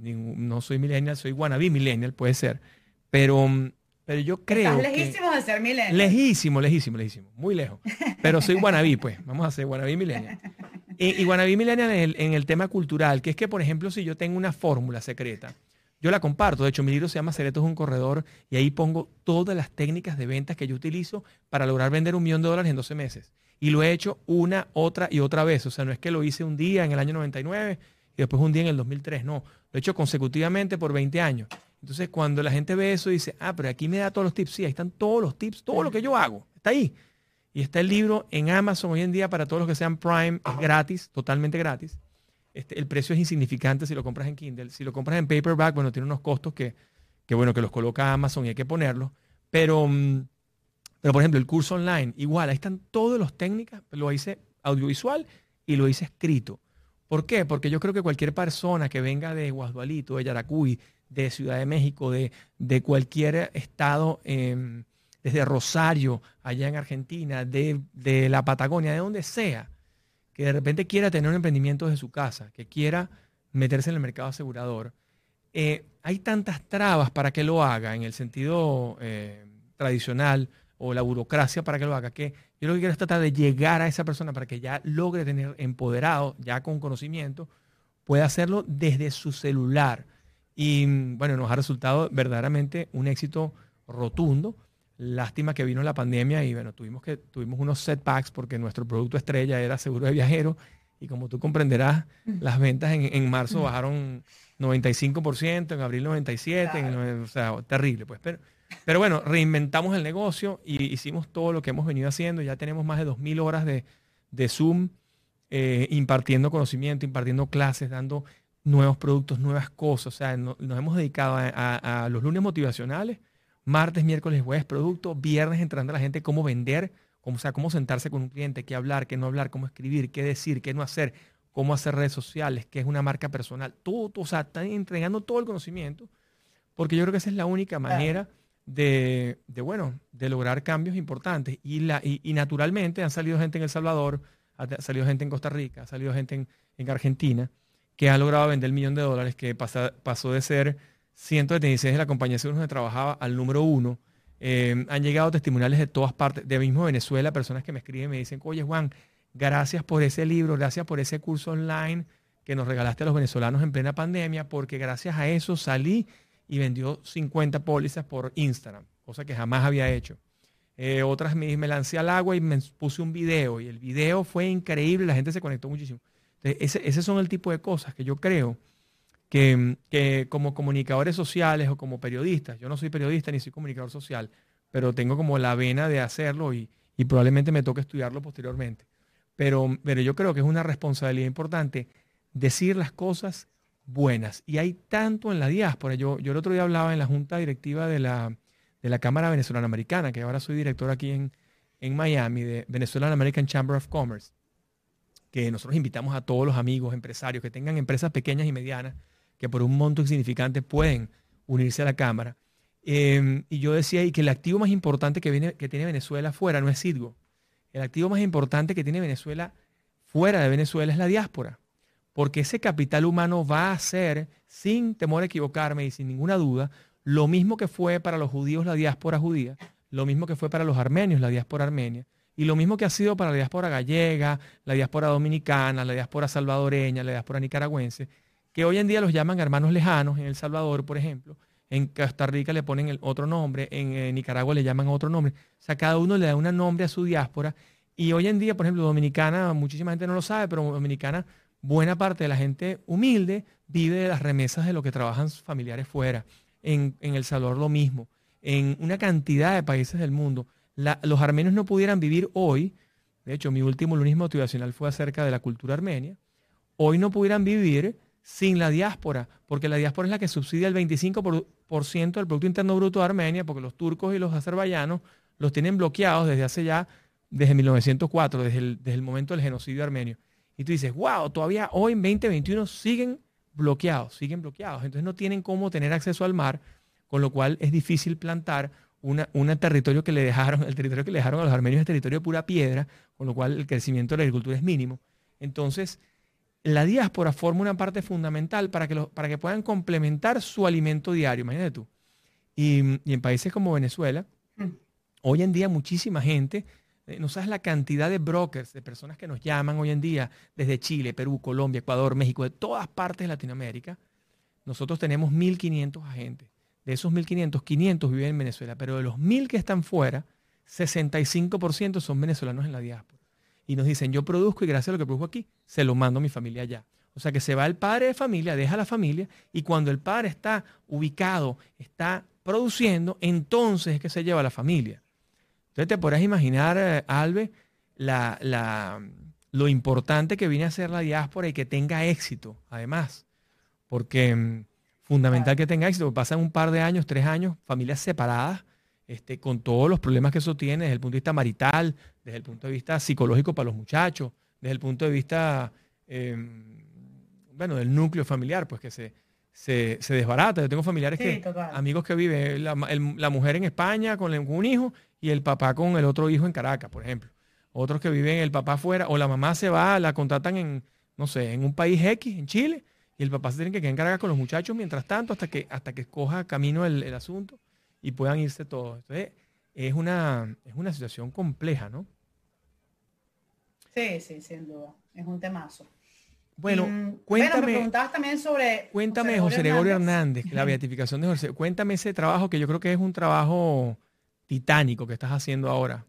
no soy millennial, soy wannabe millennial, puede ser, pero, pero yo creo Estás lejísimo que, de ser millennial. Lejísimo, lejísimo, lejísimo, muy lejos. Pero soy wannabe, pues, vamos a ser wannabe millennial. Y, y wannabe millennial en el, en el tema cultural, que es que, por ejemplo, si yo tengo una fórmula secreta, yo la comparto. De hecho, mi libro se llama Secretos de un Corredor y ahí pongo todas las técnicas de ventas que yo utilizo para lograr vender un millón de dólares en doce meses. Y lo he hecho una, otra y otra vez. O sea, no es que lo hice un día en el año noventa y nueve y después un día en el dos mil tres. No, lo he hecho consecutivamente por veinte años. Entonces, cuando la gente ve eso, dice, ah, pero aquí me da todos los tips. Sí, ahí están todos los tips, todo lo que yo hago. Está ahí. Y está el libro en Amazon hoy en día para todos los que sean Prime. Es gratis, totalmente gratis. Este, el precio es insignificante si lo compras en Kindle. Si lo compras en paperback, bueno, tiene unos costos que, que bueno, que los coloca Amazon y hay que ponerlos. Pero, pero, por ejemplo, el curso online, igual, ahí están todas las técnicas. Lo hice audiovisual y lo hice escrito. ¿Por qué? Porque yo creo que cualquier persona que venga de Guasdualito, de Yaracuy, de Ciudad de México, de, de cualquier estado, eh, desde Rosario, allá en Argentina, de, de la Patagonia, de donde sea, que de repente quiera tener un emprendimiento desde su casa, que quiera meterse en el mercado asegurador, eh, hay tantas trabas para que lo haga en el sentido eh, tradicional o la burocracia para que lo haga, que yo lo que quiero es tratar de llegar a esa persona para que ya logre tener empoderado, ya con conocimiento, pueda hacerlo desde su celular. Y bueno, nos ha resultado verdaderamente un éxito rotundo. Lástima que vino la pandemia y bueno, tuvimos, que, tuvimos unos setbacks porque nuestro producto estrella era seguro de viajero y como tú comprenderás, las ventas en, en marzo bajaron noventa y cinco por ciento, en abril noventa y siete por ciento, claro. en, o sea, terrible. Pues. Pero, pero bueno, reinventamos el negocio y hicimos todo lo que hemos venido haciendo. Ya tenemos más de dos mil horas de, de Zoom eh, impartiendo conocimiento, impartiendo clases, dando nuevos productos, nuevas cosas. O sea, no, nos hemos dedicado a, a, a los lunes motivacionales, martes, miércoles, jueves producto, viernes entrando a la gente cómo vender, cómo, o sea, cómo sentarse con un cliente, qué hablar, qué no hablar, cómo escribir, qué decir, qué no hacer, cómo hacer redes sociales, qué es una marca personal. Todo, todo, o sea, están entregando todo el conocimiento porque yo creo que esa es la única manera de, de bueno, de lograr cambios importantes. Y, la, y, y naturalmente han salido gente en El Salvador, ha salido gente en Costa Rica, ha salido gente en, en Argentina que ha logrado vender el millón de dólares, que pasa, pasó de ser ciento setenta y seis de la compañía de seguros donde trabajaba al número uno. Eh, han llegado testimoniales de todas partes, de mismo Venezuela, personas que me escriben y me dicen, oye Juan, gracias por ese libro, gracias por ese curso online que nos regalaste a los venezolanos en plena pandemia, porque gracias a eso salí y vendió cincuenta pólizas por Instagram, cosa que jamás había hecho. Eh, otras me, me lancé al agua y me puse un video y el video fue increíble, la gente se conectó muchísimo. Entonces, ese, ese son el tipo de cosas que yo creo Que, que como comunicadores sociales o como periodistas, yo no soy periodista ni soy comunicador social, pero tengo como la vena de hacerlo y, y probablemente me toque estudiarlo posteriormente. Pero, pero yo creo que es una responsabilidad importante decir las cosas buenas. Y hay tanto en la diáspora. Yo, yo el otro día hablaba en la junta directiva de la, de la Cámara Venezolana Americana, que ahora soy director aquí en, en Miami, de Venezuelan American Chamber of Commerce, que nosotros invitamos a todos los amigos, empresarios que tengan empresas pequeñas y medianas, que por un monto insignificante pueden unirse a la Cámara. Eh, y yo decía ahí que el activo más importante que, viene, que tiene Venezuela fuera no es Citgo. El activo más importante que tiene Venezuela fuera de Venezuela es la diáspora. Porque ese capital humano va a ser, sin temor a equivocarme y sin ninguna duda, lo mismo que fue para los judíos la diáspora judía, lo mismo que fue para los armenios la diáspora armenia, y lo mismo que ha sido para la diáspora gallega, la diáspora dominicana, la diáspora salvadoreña, la diáspora nicaragüense, que hoy en día los llaman hermanos lejanos. En El Salvador, por ejemplo, en Costa Rica le ponen el otro nombre, en eh, Nicaragua le llaman otro nombre. O sea, cada uno le da un nombre a su diáspora. Y hoy en día, por ejemplo, Dominicana, muchísima gente no lo sabe, pero Dominicana buena parte de la gente humilde vive de las remesas de lo que trabajan sus familiares fuera. En, en El Salvador lo mismo. En una cantidad de países del mundo. La, los armenios no pudieran vivir hoy. De hecho, mi último lunes motivacional fue acerca de la cultura armenia. Hoy no pudieran vivir sin la diáspora, porque la diáspora es la que subsidia el veinticinco por ciento del Producto Interno Bruto de Armenia, porque los turcos y los azerbaiyanos los tienen bloqueados desde hace ya, desde mil novecientos cuatro, desde el, desde el momento del genocidio armenio. Y tú dices, wow, todavía hoy en veinte veintiuno siguen bloqueados, siguen bloqueados. Entonces no tienen cómo tener acceso al mar, con lo cual es difícil plantar una, una territorio que le dejaron, el territorio que le dejaron a los armenios es territorio de pura piedra, con lo cual el crecimiento de la agricultura es mínimo. Entonces, la diáspora forma una parte fundamental para que, los, para que puedan complementar su alimento diario, imagínate tú. Y, y en países como Venezuela, mm. hoy en día muchísima gente, eh, no sabes la cantidad de brokers, de personas que nos llaman hoy en día desde Chile, Perú, Colombia, Ecuador, México, de todas partes de Latinoamérica. Nosotros tenemos mil quinientos agentes. De esos mil quinientos, quinientos viven en Venezuela, pero de los mil que están fuera, sesenta y cinco por ciento son venezolanos en la diáspora. Y nos dicen, yo produzco y gracias a lo que produzco aquí, se lo mando a mi familia allá. O sea que se va el padre de familia, deja a la familia, y cuando el padre está ubicado, está produciendo, entonces es que se lleva a la familia. Entonces te podrás imaginar, eh, Albe, la, la, lo importante que viene a ser la diáspora y que tenga éxito, además. Porque mm, fundamental que tenga éxito, pasan un par de años, tres años, familias separadas, Este, con todos los problemas que eso tiene desde el punto de vista marital, desde el punto de vista psicológico para los muchachos, desde el punto de vista, eh, bueno, del núcleo familiar, pues que se, se, se desbarata. Yo tengo familiares, sí, que, total. Amigos que viven, la, el, la mujer en España con, el, con un hijo y el papá con el otro hijo en Caracas, por ejemplo. Otros que viven el papá afuera, o la mamá se va, la contratan en, no sé, en un país X, en Chile, y el papá se tiene que quedar en Caracas con los muchachos mientras tanto, hasta que, hasta que escoja camino el, el asunto y puedan irse todos. Entonces, es una, es una situación compleja, ¿no? Sí, sí, sin duda. Es un temazo. Bueno, y, cuéntame. Bueno, me preguntabas también sobre Cuéntame José, José Gregorio Hernández, Hernández la beatificación de José. Cuéntame ese trabajo que yo creo que es un trabajo titánico que estás haciendo ahora.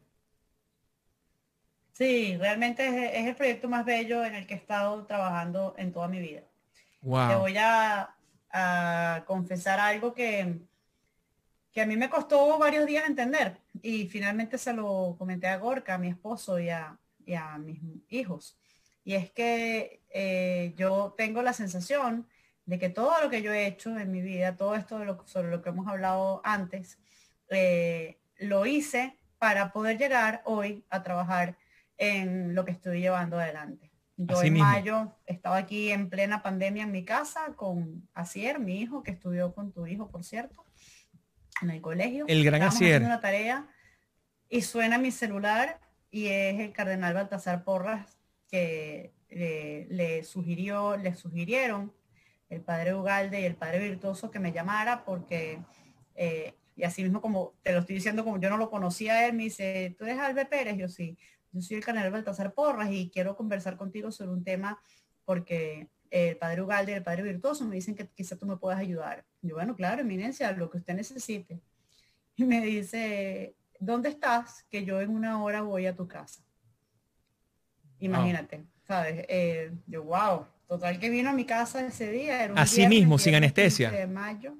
Sí, realmente es, es el proyecto más bello en el que he estado trabajando en toda mi vida. Wow. Te voy a, a confesar algo que... que a mí me costó varios días entender y finalmente se lo comenté a Gorka, a mi esposo y a, y a mis hijos. Y es que eh, yo tengo la sensación de que todo lo que yo he hecho en mi vida, todo esto de lo, sobre lo que hemos hablado antes, eh, lo hice para poder llegar hoy a trabajar en lo que estoy llevando adelante. Yo Así en mismo. mayo estaba aquí en plena pandemia en mi casa con Asier, mi hijo, que estudió con tu hijo, por cierto, en el colegio. El gran Estábamos Asier. haciendo una tarea y suena mi celular y es el cardenal Baltasar Porras que le, le sugirió, le sugirieron el padre Ugalde y el padre Virtuoso que me llamara porque, eh, y así mismo como te lo estoy diciendo, como yo no lo conocía a él, me dice, ¿tú eres Albe Pérez? Yo sí, yo soy el cardenal Baltasar Porras y quiero conversar contigo sobre un tema porque el padre Ugalde y el padre Virtuoso me dicen que quizá tú me puedas ayudar. Yo, bueno, claro, eminencia, lo que usted necesite. Y me dice, ¿dónde estás? Que yo en una hora voy a tu casa. Imagínate, wow. ¿Sabes? Eh, yo, wow, total que vino a mi casa ese día. Era un Así viernes, mismo, sin viernes anestesia. de mayo.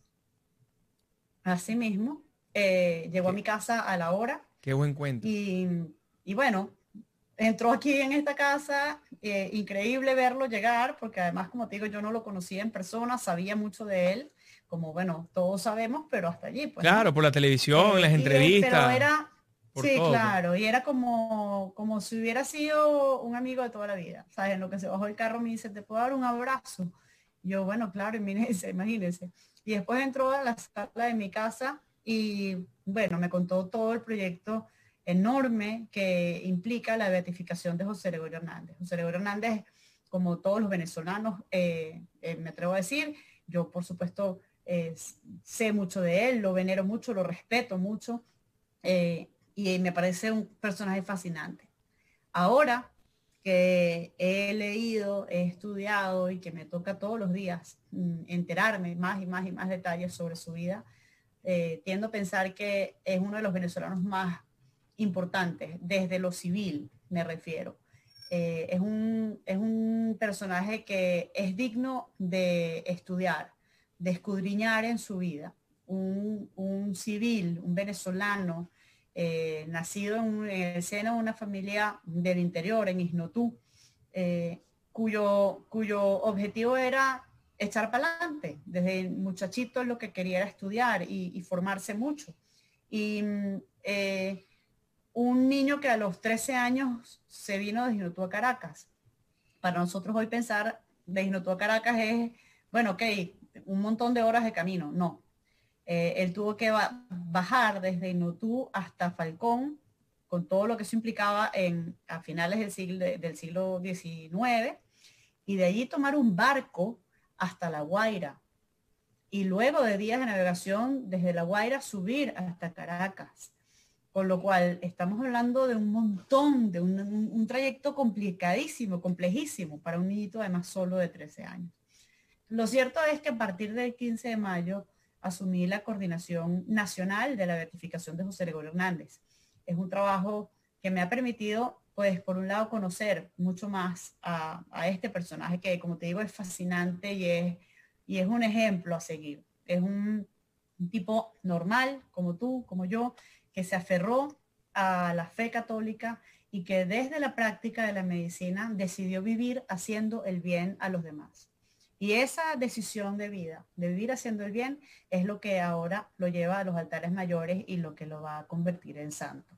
Así mismo. Eh, llegó qué, a mi casa a la hora. Qué buen cuento. Y, y bueno, entró aquí en esta casa, eh, increíble verlo llegar, porque además, como te digo, yo no lo conocía en persona, sabía mucho de él, como bueno, todos sabemos, pero hasta allí. Pues, claro, ¿no? Por la televisión, eh, las entrevistas. Y, pero era, sí, todo. claro, y era como, como si hubiera sido un amigo de toda la vida, ¿sabes? En lo que se bajó el carro me dice, ¿te puedo dar un abrazo? Y yo, bueno, claro, imagínense, imagínense. Y después entró a la sala de mi casa y, bueno, me contó todo el proyecto enorme que implica la beatificación de José Gregorio Hernández. José Gregorio Hernández, como todos los venezolanos, eh, eh, me atrevo a decir, yo por supuesto eh, sé mucho de él, lo venero mucho, lo respeto mucho eh, y me parece un personaje fascinante. Ahora que he leído, he estudiado y que me toca todos los días mm, enterarme más y más y más detalles sobre su vida, eh, tiendo a pensar que es uno de los venezolanos más importantes, desde lo civil me refiero, Eh, es, un, es un personaje que es digno de estudiar, de escudriñar en su vida. Un, un civil, un venezolano, eh, nacido en, en el seno de una familia del interior, en Isnotú, eh, cuyo, cuyo objetivo era echar para adelante. Desde muchachito lo que quería era estudiar y, y formarse mucho. Y eh, un niño que a los trece años se vino de Isnotú a Caracas. Para nosotros hoy pensar de Isnotú a Caracas es, bueno, ok, un montón de horas de camino. No. Eh, él tuvo que ba bajar desde Isnotú hasta Falcón, con todo lo que eso implicaba en, a finales del siglo, del siglo diecinueve, y de allí tomar un barco hasta La Guaira. Y luego de días de navegación desde La Guaira subir hasta Caracas. Con lo cual estamos hablando de un montón, de un, un, un trayecto complicadísimo, complejísimo para un niñito además solo de trece años. Lo cierto es que a partir del quince de mayo asumí la coordinación nacional de la beatificación de José Gregorio Hernández. Es un trabajo que me ha permitido, pues, por un lado, conocer mucho más a, a este personaje que, como te digo, es fascinante y es, y es un ejemplo a seguir. Es un, un tipo normal, como tú, como yo, que se aferró a la fe católica y que desde la práctica de la medicina decidió vivir haciendo el bien a los demás. Y esa decisión de vida, de vivir haciendo el bien, es lo que ahora lo lleva a los altares mayores y lo que lo va a convertir en santo.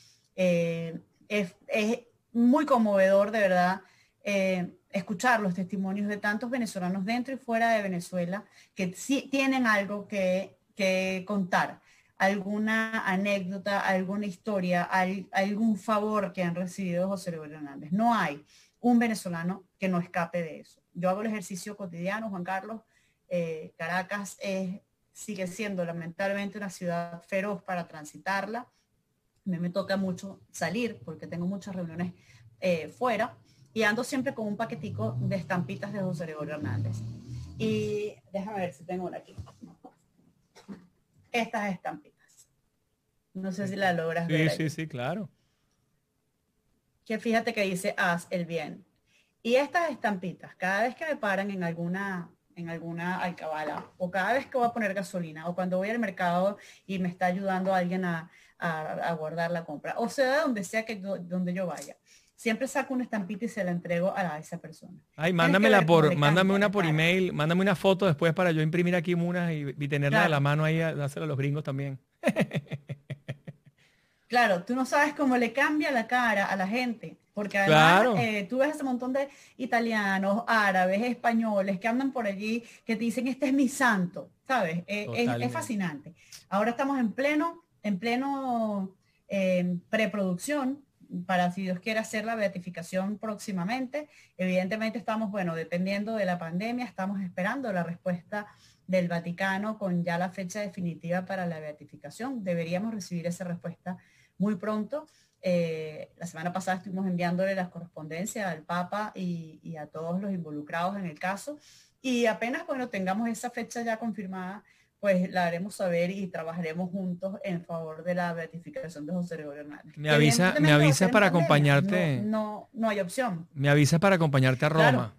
Eh, es, es muy conmovedor, de verdad, eh, escuchar los testimonios de tantos venezolanos dentro y fuera de Venezuela que sí tienen algo que, que contar, alguna anécdota, alguna historia, al, algún favor que han recibido de José Gregorio Hernández. No hay un venezolano que no escape de eso. Yo hago el ejercicio cotidiano, Juan Carlos. eh, Caracas es, sigue siendo lamentablemente una ciudad feroz para transitarla. A mí me toca mucho salir porque tengo muchas reuniones eh, fuera y ando siempre con un paquetico de estampitas de José Gregorio Hernández. Y déjame ver si tengo una aquí. Estas estampitas. No sé si la logras Sí, ver. sí, ahí. sí, claro. Que fíjate que dice haz el bien. Y estas estampitas, cada vez que me paran en alguna, en alguna alcabala, o cada vez que voy a poner gasolina, o cuando voy al mercado y me está ayudando alguien a, a, a guardar la compra, o sea, donde sea que yo, donde yo vaya, siempre saco una estampita y se la entrego a, la, a esa persona. Ay, Tienes que mándamela ver cómo por, le mándame cambia una la por cara. email, mándame una foto después para yo imprimir aquí unas y, y tenerla de Claro. la mano ahí, a dársela a los gringos también. Claro, tú no sabes cómo le cambia la cara a la gente, porque además Claro. eh, tú ves ese montón de italianos, árabes, españoles que andan por allí, que te dicen, este es mi santo, ¿sabes? Eh, es, Totalmente. es fascinante. Ahora estamos en pleno, en pleno eh, preproducción para, si Dios quiere, hacer la beatificación próximamente. Evidentemente estamos, bueno, dependiendo de la pandemia, estamos esperando la respuesta del Vaticano con ya la fecha definitiva para la beatificación. Deberíamos recibir esa respuesta muy pronto. Eh, la semana pasada estuvimos enviándole las correspondencias al Papa y, y a todos los involucrados en el caso. Y apenas, bueno, tengamos esa fecha ya confirmada, pues la haremos saber y trabajaremos juntos en favor de la beatificación de José Gregorio Hernández. Me avisa, me Evidentemente va a avisa ser en para pandemia. acompañarte. No, no, no hay opción. Me avisa para acompañarte a Roma. Claro.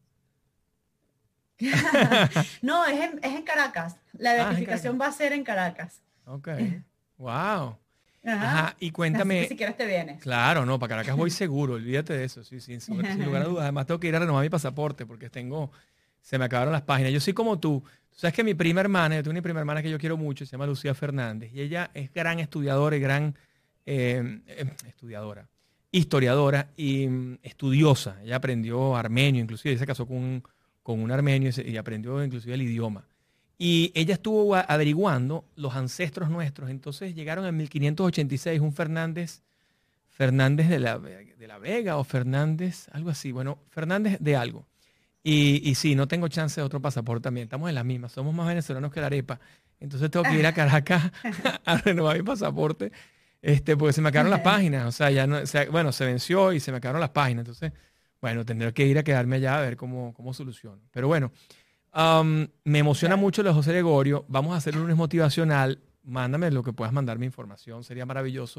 No, es en, es en Caracas. La Ah, es en beatificación va a ser en Caracas. Ok. Wow. Ajá. Ajá. Y cuéntame. Así que si quieres te vienes. Claro, no, para Caracas voy seguro, olvídate de eso, sí, sí, sin, sin lugar a dudas. Además tengo que ir a renovar mi pasaporte porque tengo, se me acabaron las páginas. Yo soy como tú. Tú sabes que mi prima hermana, yo tengo una prima hermana que yo quiero mucho, se llama Lucía Fernández, y ella es gran estudiadora y gran eh, eh, estudiadora, historiadora y mm, estudiosa. Ella aprendió armenio, inclusive, ella se casó con un, con un armenio y, se- y aprendió inclusive el idioma. Y ella estuvo a- averiguando los ancestros nuestros. Entonces llegaron en mil quinientos ochenta y seis un Fernández, Fernández de la, Ve- de la Vega o Fernández, algo así. Bueno, Fernández de algo. Y, y sí, no tengo chance de otro pasaporte también. Estamos en las mismas. Somos más venezolanos que la arepa. Entonces tengo que ir a Caracas a renovar mi pasaporte. Este, porque se me acabaron las páginas. O sea, ya no, o sea, bueno, se venció y se me acabaron las páginas. Entonces, bueno, tendré que ir a quedarme allá a ver cómo, cómo soluciono. Pero bueno. Um, me emociona mucho lo de José Gregorio. Vamos a hacer un lunes motivacional. Mándame lo que puedas mandarme información, sería maravilloso.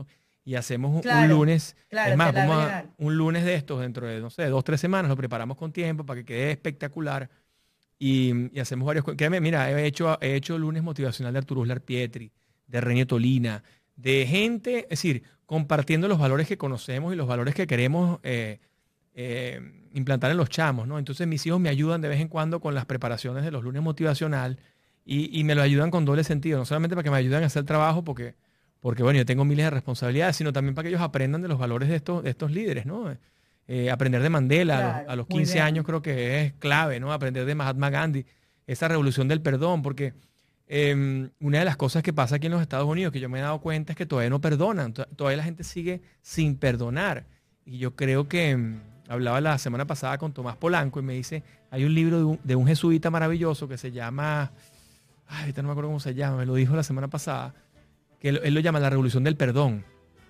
y hacemos un, Claro, un lunes, claro, es más, te la vamos a- agregan. un lunes de estos dentro de, no sé, dos, tres semanas, lo preparamos con tiempo para que quede espectacular y, y hacemos varios, co- créeme, mira, he hecho, he hecho lunes motivacional de Arturo Uslar Pietri, de René Tolina, de gente, es decir, compartiendo los valores que conocemos y los valores que queremos eh, eh, implantar en los chamos, ¿no? Entonces mis hijos me ayudan de vez en cuando con las preparaciones de los lunes motivacional y, y me lo ayudan con doble sentido, no solamente para que me ayuden a hacer el trabajo porque, porque bueno, yo tengo miles de responsabilidades, sino también para que ellos aprendan de los valores de estos, de estos líderes, ¿no? Eh, aprender de Mandela a los, Claro, a los muy quince bien. años creo que es clave, ¿no? Aprender de Mahatma Gandhi, esa revolución del perdón, porque eh, una de las cosas que pasa aquí en los Estados Unidos, que yo me he dado cuenta, es que todavía no perdonan, to- todavía la gente sigue sin perdonar. Y yo creo que mm, hablaba la semana pasada con Tomás Polanco y me dice, hay un libro de un, de un jesuita maravilloso que se llama, ay, ahorita no me acuerdo cómo se llama, me lo dijo la semana pasada, que él, él lo llama la revolución del perdón.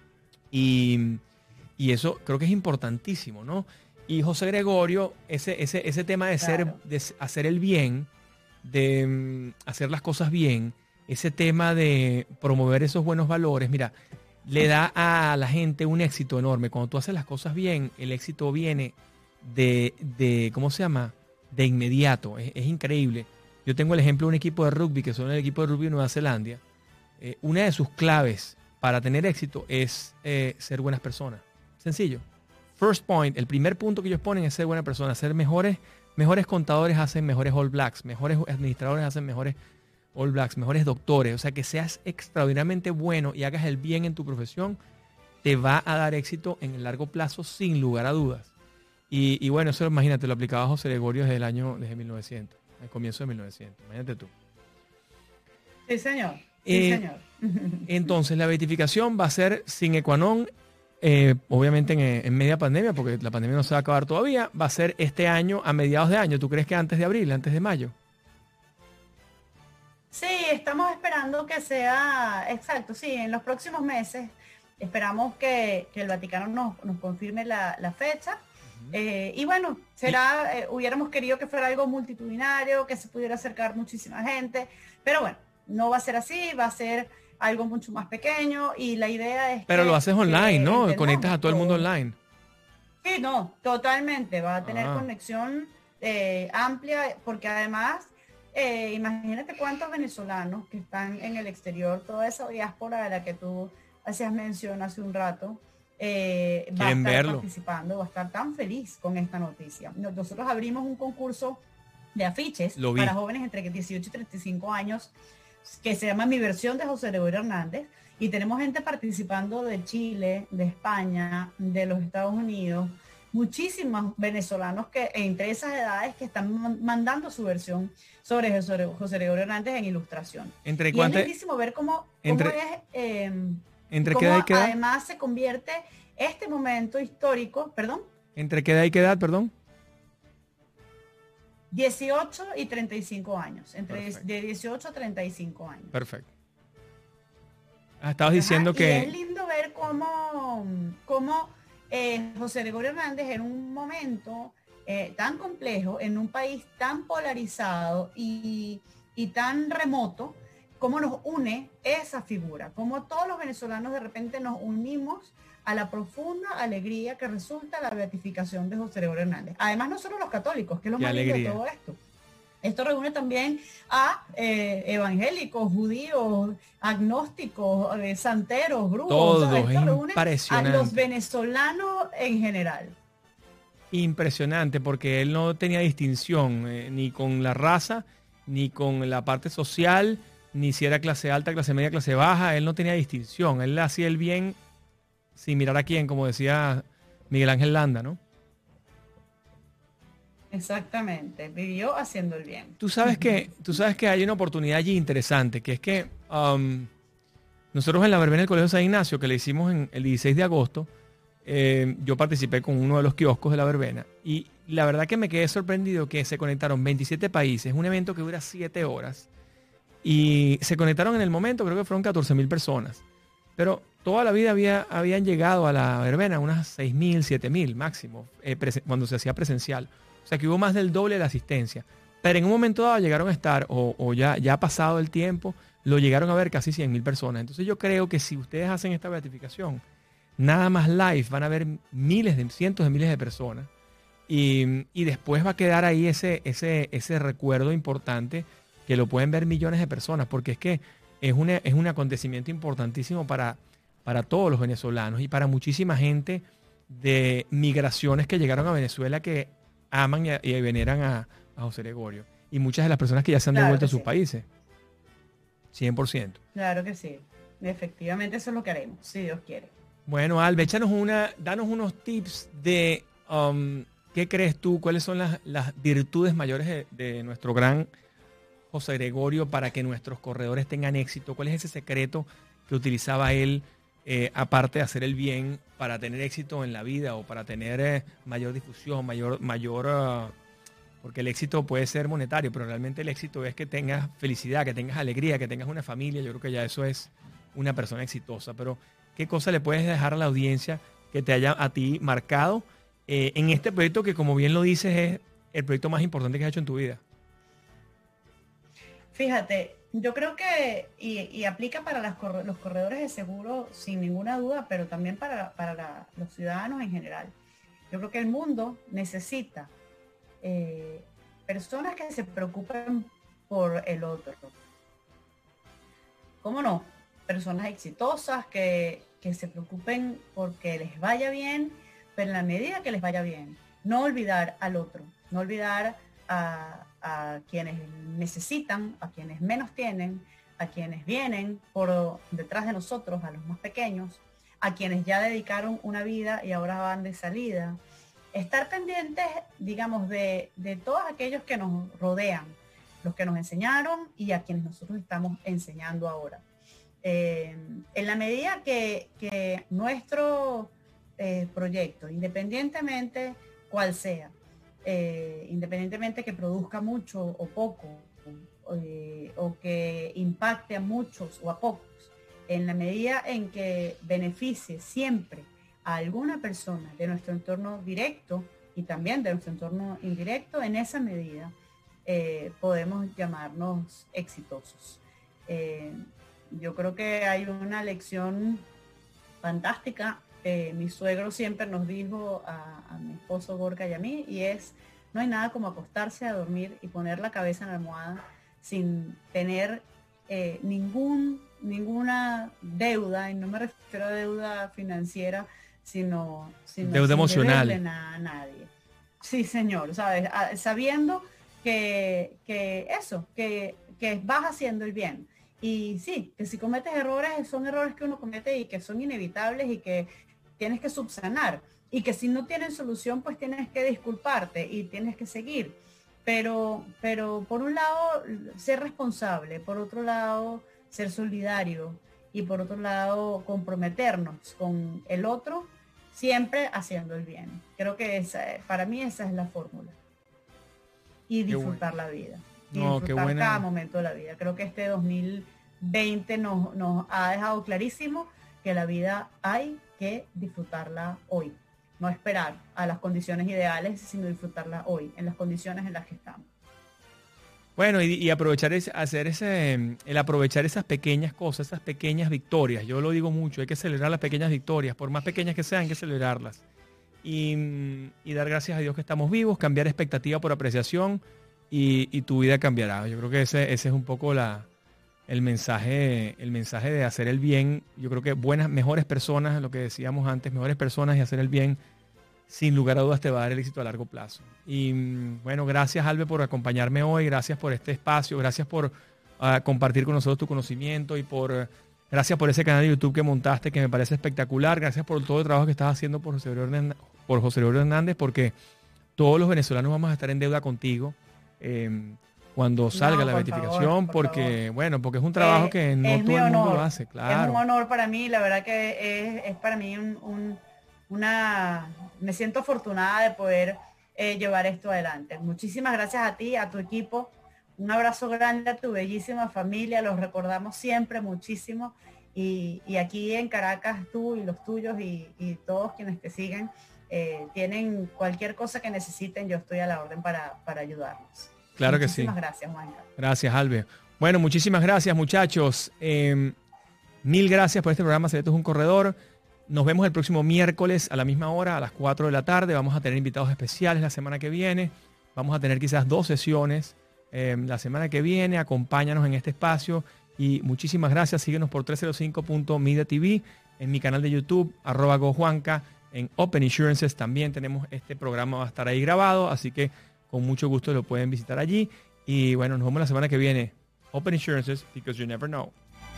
Y, y eso creo que es importantísimo, ¿no? Y José Gregorio, ese, ese, ese tema de, ser, Claro. de s- hacer el bien, de mm, hacer las cosas bien, ese tema de promover esos buenos valores, mira, le da a la gente un éxito enorme. Cuando tú haces las cosas bien, el éxito viene de, de ¿cómo se llama? De inmediato. Es, es increíble. Yo tengo el ejemplo de un equipo de rugby, que son el equipo de rugby de Nueva Zelanda. Eh, una de sus claves para tener éxito es eh, ser buenas personas. Sencillo. First point, el primer punto que ellos ponen es ser buena persona. Ser mejores, mejores contadores hacen mejores All Blacks. Mejores administradores hacen mejores All Blacks. Mejores doctores. O sea, que seas extraordinariamente bueno y hagas el bien en tu profesión, te va a dar éxito en el largo plazo sin lugar a dudas. Y, y bueno, eso imagínate, lo aplicaba José Gregorio desde el año, desde mil novecientos, al comienzo de mil novecientos. Imagínate tú. Sí, señor. Sí, Eh, señor. Entonces, la beatificación va a ser sine qua non, eh, obviamente en, en media pandemia, porque la pandemia no se va a acabar todavía, va a ser este año, a mediados de año. ¿Tú crees que antes de abril, antes de mayo? Sí, estamos esperando que sea, exacto, sí, en los próximos meses esperamos que, que el Vaticano nos, nos confirme la, la fecha. Eh, y bueno, será, eh, hubiéramos querido que fuera algo multitudinario, que se pudiera acercar muchísima gente, pero bueno, no va a ser así, va a ser algo mucho más pequeño y la idea es Pero que, lo haces online, que ¿no? entendamos Conectas a todo el mundo todo. online. Sí, no, totalmente, va a tener Ah. conexión eh, amplia, porque además, eh, imagínate cuántos venezolanos que están en el exterior, toda esa diáspora de la que tú hacías mención hace un rato, eh, va a Quieren estar verlo. participando, va a estar tan feliz con esta noticia. Nos- Nosotros abrimos un concurso de afiches Lo vi. para jóvenes entre dieciocho y treinta y cinco años, que se llama Mi Versión de José Gregorio Hernández, y tenemos gente participando de Chile, de España, de los Estados Unidos, muchísimos venezolanos que entre esas edades que están man- mandando su versión sobre José José Gregorio Hernández en ilustración. ¿Entre Y es cuánto? lindísimo ver cómo, cómo entre- es, eh, ¿Entre cómo qué edad y qué edad? además se convierte este momento histórico, perdón, ¿Entre qué edad y qué edad, perdón? dieciocho y treinta y cinco años, entre Perfecto. de dieciocho a treinta y cinco años. Perfecto. Ah, estabas diciendo Ajá, que... y es lindo ver cómo, cómo eh, José Gregorio Hernández en un momento eh, tan complejo, en un país tan polarizado y, y tan remoto, cómo nos une esa figura, cómo todos los venezolanos de repente nos unimos a la profunda alegría que resulta la beatificación de José Gregorio Hernández. Además, no solo los católicos, que es lo Qué más lindo de alegría. todo esto. Esto reúne también a eh, evangélicos, judíos, agnósticos, eh, santeros, brujos. Todos, o sea, esto es reúne a impresionante. los venezolanos en general. Impresionante, porque él no tenía distinción eh, ni con la raza, ni con la parte social, ni si era clase alta, clase media, clase baja. Él no tenía distinción. Él hacía el bien sin mirar a quién, como decía Miguel Ángel Landa, ¿no? Exactamente, vivió haciendo el bien. Tú sabes que, tú sabes que hay una oportunidad allí interesante, que es que um, nosotros en la verbena del Colegio San Ignacio, que le hicimos en el dieciséis de agosto, eh, yo participé con uno de los kioscos de la verbena y la verdad que me quedé sorprendido que se conectaron veintisiete países, un evento que dura siete horas y se conectaron en el momento, creo que fueron catorce mil personas, pero toda la vida había, habían llegado a la verbena unas seis mil, siete mil máximo, eh, presen- cuando se hacía presencial. O sea que hubo más del doble de la asistencia. Pero en un momento dado llegaron a estar, o, o ya, ya ha pasado el tiempo, lo llegaron a ver casi cien mil personas. Entonces yo creo que si ustedes hacen esta beatificación, nada más live van a haber miles de, cientos de miles de personas. Y, y después va a quedar ahí ese, ese, ese recuerdo importante que lo pueden ver millones de personas, porque es que es, una, es un acontecimiento importantísimo para, para todos los venezolanos y para muchísima gente de migraciones que llegaron a Venezuela que aman y, y veneran a, a José Gregorio. Y muchas de las personas que ya se han Claro devuelto que a sus sí. países. cien por ciento. Claro que sí. Efectivamente, eso es lo que haremos, si Dios quiere. Bueno, Albe, échanos una, danos unos tips de um, qué crees tú, cuáles son las, las virtudes mayores de, de nuestro gran José Gregorio para que nuestros corredores tengan éxito. ¿Cuál es ese secreto que utilizaba él, eh, aparte de hacer el bien, para tener éxito en la vida o para tener eh, mayor difusión, mayor, mayor uh, porque el éxito puede ser monetario, pero realmente el éxito es que tengas felicidad, que tengas alegría, que tengas una familia. Yo creo que ya eso es una persona exitosa. Pero ¿qué cosa le puedes dejar a la audiencia que te haya a ti marcado eh, en este proyecto que, como bien lo dices, es el proyecto más importante que has hecho en tu vida? Fíjate, yo creo que, y, y aplica para las corre- los corredores de seguro sin ninguna duda, pero también para, para la- los ciudadanos en general. Yo creo que el mundo necesita eh, personas que se preocupen por el otro. ¿Cómo no? Personas exitosas que, que se preocupen porque les vaya bien, pero en la medida que les vaya bien, no olvidar al otro, no olvidar a, a quienes necesitan, a quienes menos tienen, a quienes vienen por detrás de nosotros, a los más pequeños, a quienes ya dedicaron una vida y ahora van de salida. Estar pendientes, digamos, de, de todos aquellos que nos rodean, los que nos enseñaron y a quienes nosotros estamos enseñando ahora. Eh, en la medida que, que nuestro eh, proyecto, independientemente cuál sea, eh, independientemente que produzca mucho o poco, eh, o que impacte a muchos o a pocos, en la medida en que beneficie siempre a alguna persona de nuestro entorno directo y también de nuestro entorno indirecto, en esa medida eh, podemos llamarnos exitosos. Eh, yo creo que hay una lección fantástica que mi suegro siempre nos dijo a, a mi esposo Gorka y a mí, y es: no hay nada como acostarse a dormir y poner la cabeza en la almohada sin tener eh, ningún, ninguna deuda, y no me refiero a deuda financiera, sino, sino deuda sin emocional. deberle nada a nadie. Sí, señor, ¿sabes? A, sabiendo que, que eso, que, que vas haciendo el bien. Y sí, que si cometes errores, son errores que uno comete y que son inevitables y que tienes que subsanar. Y que si no tienen solución, pues tienes que disculparte y tienes que seguir. Pero, pero por un lado, ser responsable, por otro lado, ser solidario y por otro lado, comprometernos con el otro, siempre haciendo el bien. Creo que esa, para mí esa es la fórmula. Y disfrutar bueno. la vida. Y no, disfrutar qué buena. cada momento de la vida. Creo que este dos mil veinte nos, nos ha dejado clarísimo que la vida hay que disfrutarla hoy. No esperar a las condiciones ideales, sino disfrutarla hoy, en las condiciones en las que estamos. Bueno, y, y aprovechar ese, hacer ese, el aprovechar esas pequeñas cosas, esas pequeñas victorias. Yo lo digo mucho, hay que celebrar las pequeñas victorias, por más pequeñas que sean, hay que celebrarlas. Y, y dar gracias a Dios que estamos vivos, cambiar expectativa por apreciación y, y tu vida cambiará. Yo creo que ese, ese es un poco la, el mensaje, el mensaje de hacer el bien. Yo creo que buenas, mejores personas, lo que decíamos antes, mejores personas y hacer el bien, sin lugar a dudas te va a dar el éxito a largo plazo. Y bueno, gracias Albe por acompañarme hoy, gracias por este espacio, gracias por uh, compartir con nosotros tu conocimiento y por uh, gracias por ese canal de YouTube que montaste que me parece espectacular, gracias por todo el trabajo que estás haciendo por José Gregorio Hernández, por José Gregorio Hernández, porque todos los venezolanos vamos a estar en deuda contigo eh, cuando salga no, la beatificación, favor, por porque favor. bueno, porque es un trabajo eh, que no todo el mundo lo hace, claro. Es un honor para mí, la verdad que es, es para mí un, un una me siento afortunada de poder eh, llevar esto adelante. Muchísimas gracias a ti, a tu equipo, un abrazo grande a tu bellísima familia, los recordamos siempre muchísimo, y, y aquí en Caracas tú y los tuyos y, y todos quienes te siguen eh, tienen cualquier cosa que necesiten, yo estoy a la orden para, para ayudarnos. Claro que sí. Muchísimas gracias, Juanca. Gracias, Albe. Bueno, muchísimas gracias, muchachos. Eh, mil gracias por este programa, Secretos de un Corredor. nos vemos el próximo miércoles a la misma hora, a las cuatro de la tarde. Vamos a tener invitados especiales la semana que viene. Vamos a tener quizás dos sesiones eh, la semana que viene. Acompáñanos en este espacio y muchísimas gracias. Síguenos por trescientos cinco punto media T V, en mi canal de YouTube, arroba gojuanca. En Open Insurances también tenemos este programa, va a estar ahí grabado, así que con mucho gusto lo pueden visitar allí. Y bueno, nos vemos la semana que viene. Open Insurances, because you never know.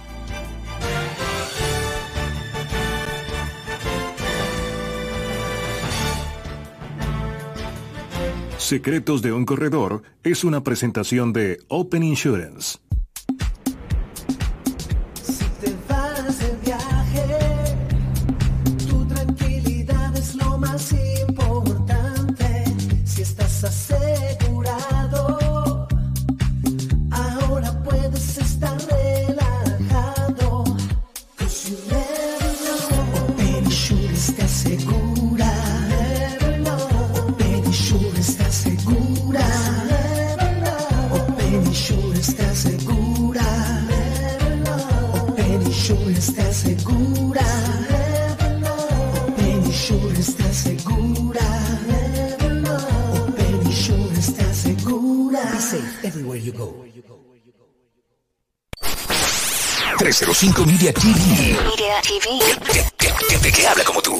Secretos de un corredor es una presentación de Open Insurance. Si te vas de viaje, tu tranquilidad es lo más importante. Si estás asegurado, ahora puedes estar relajado. 'Cause you never know. Open Insurance te asegura. Never know. Open Insurance te asegura. Never know. Open Insurance te asegura. Never know. Open Insurance te asegura. Never know. Open Insurance te asegura. Never know. Open Insurance te asegura. Be safe everywhere you go. trescientos cinco Media T V. Media T V. Gente que habla como tú.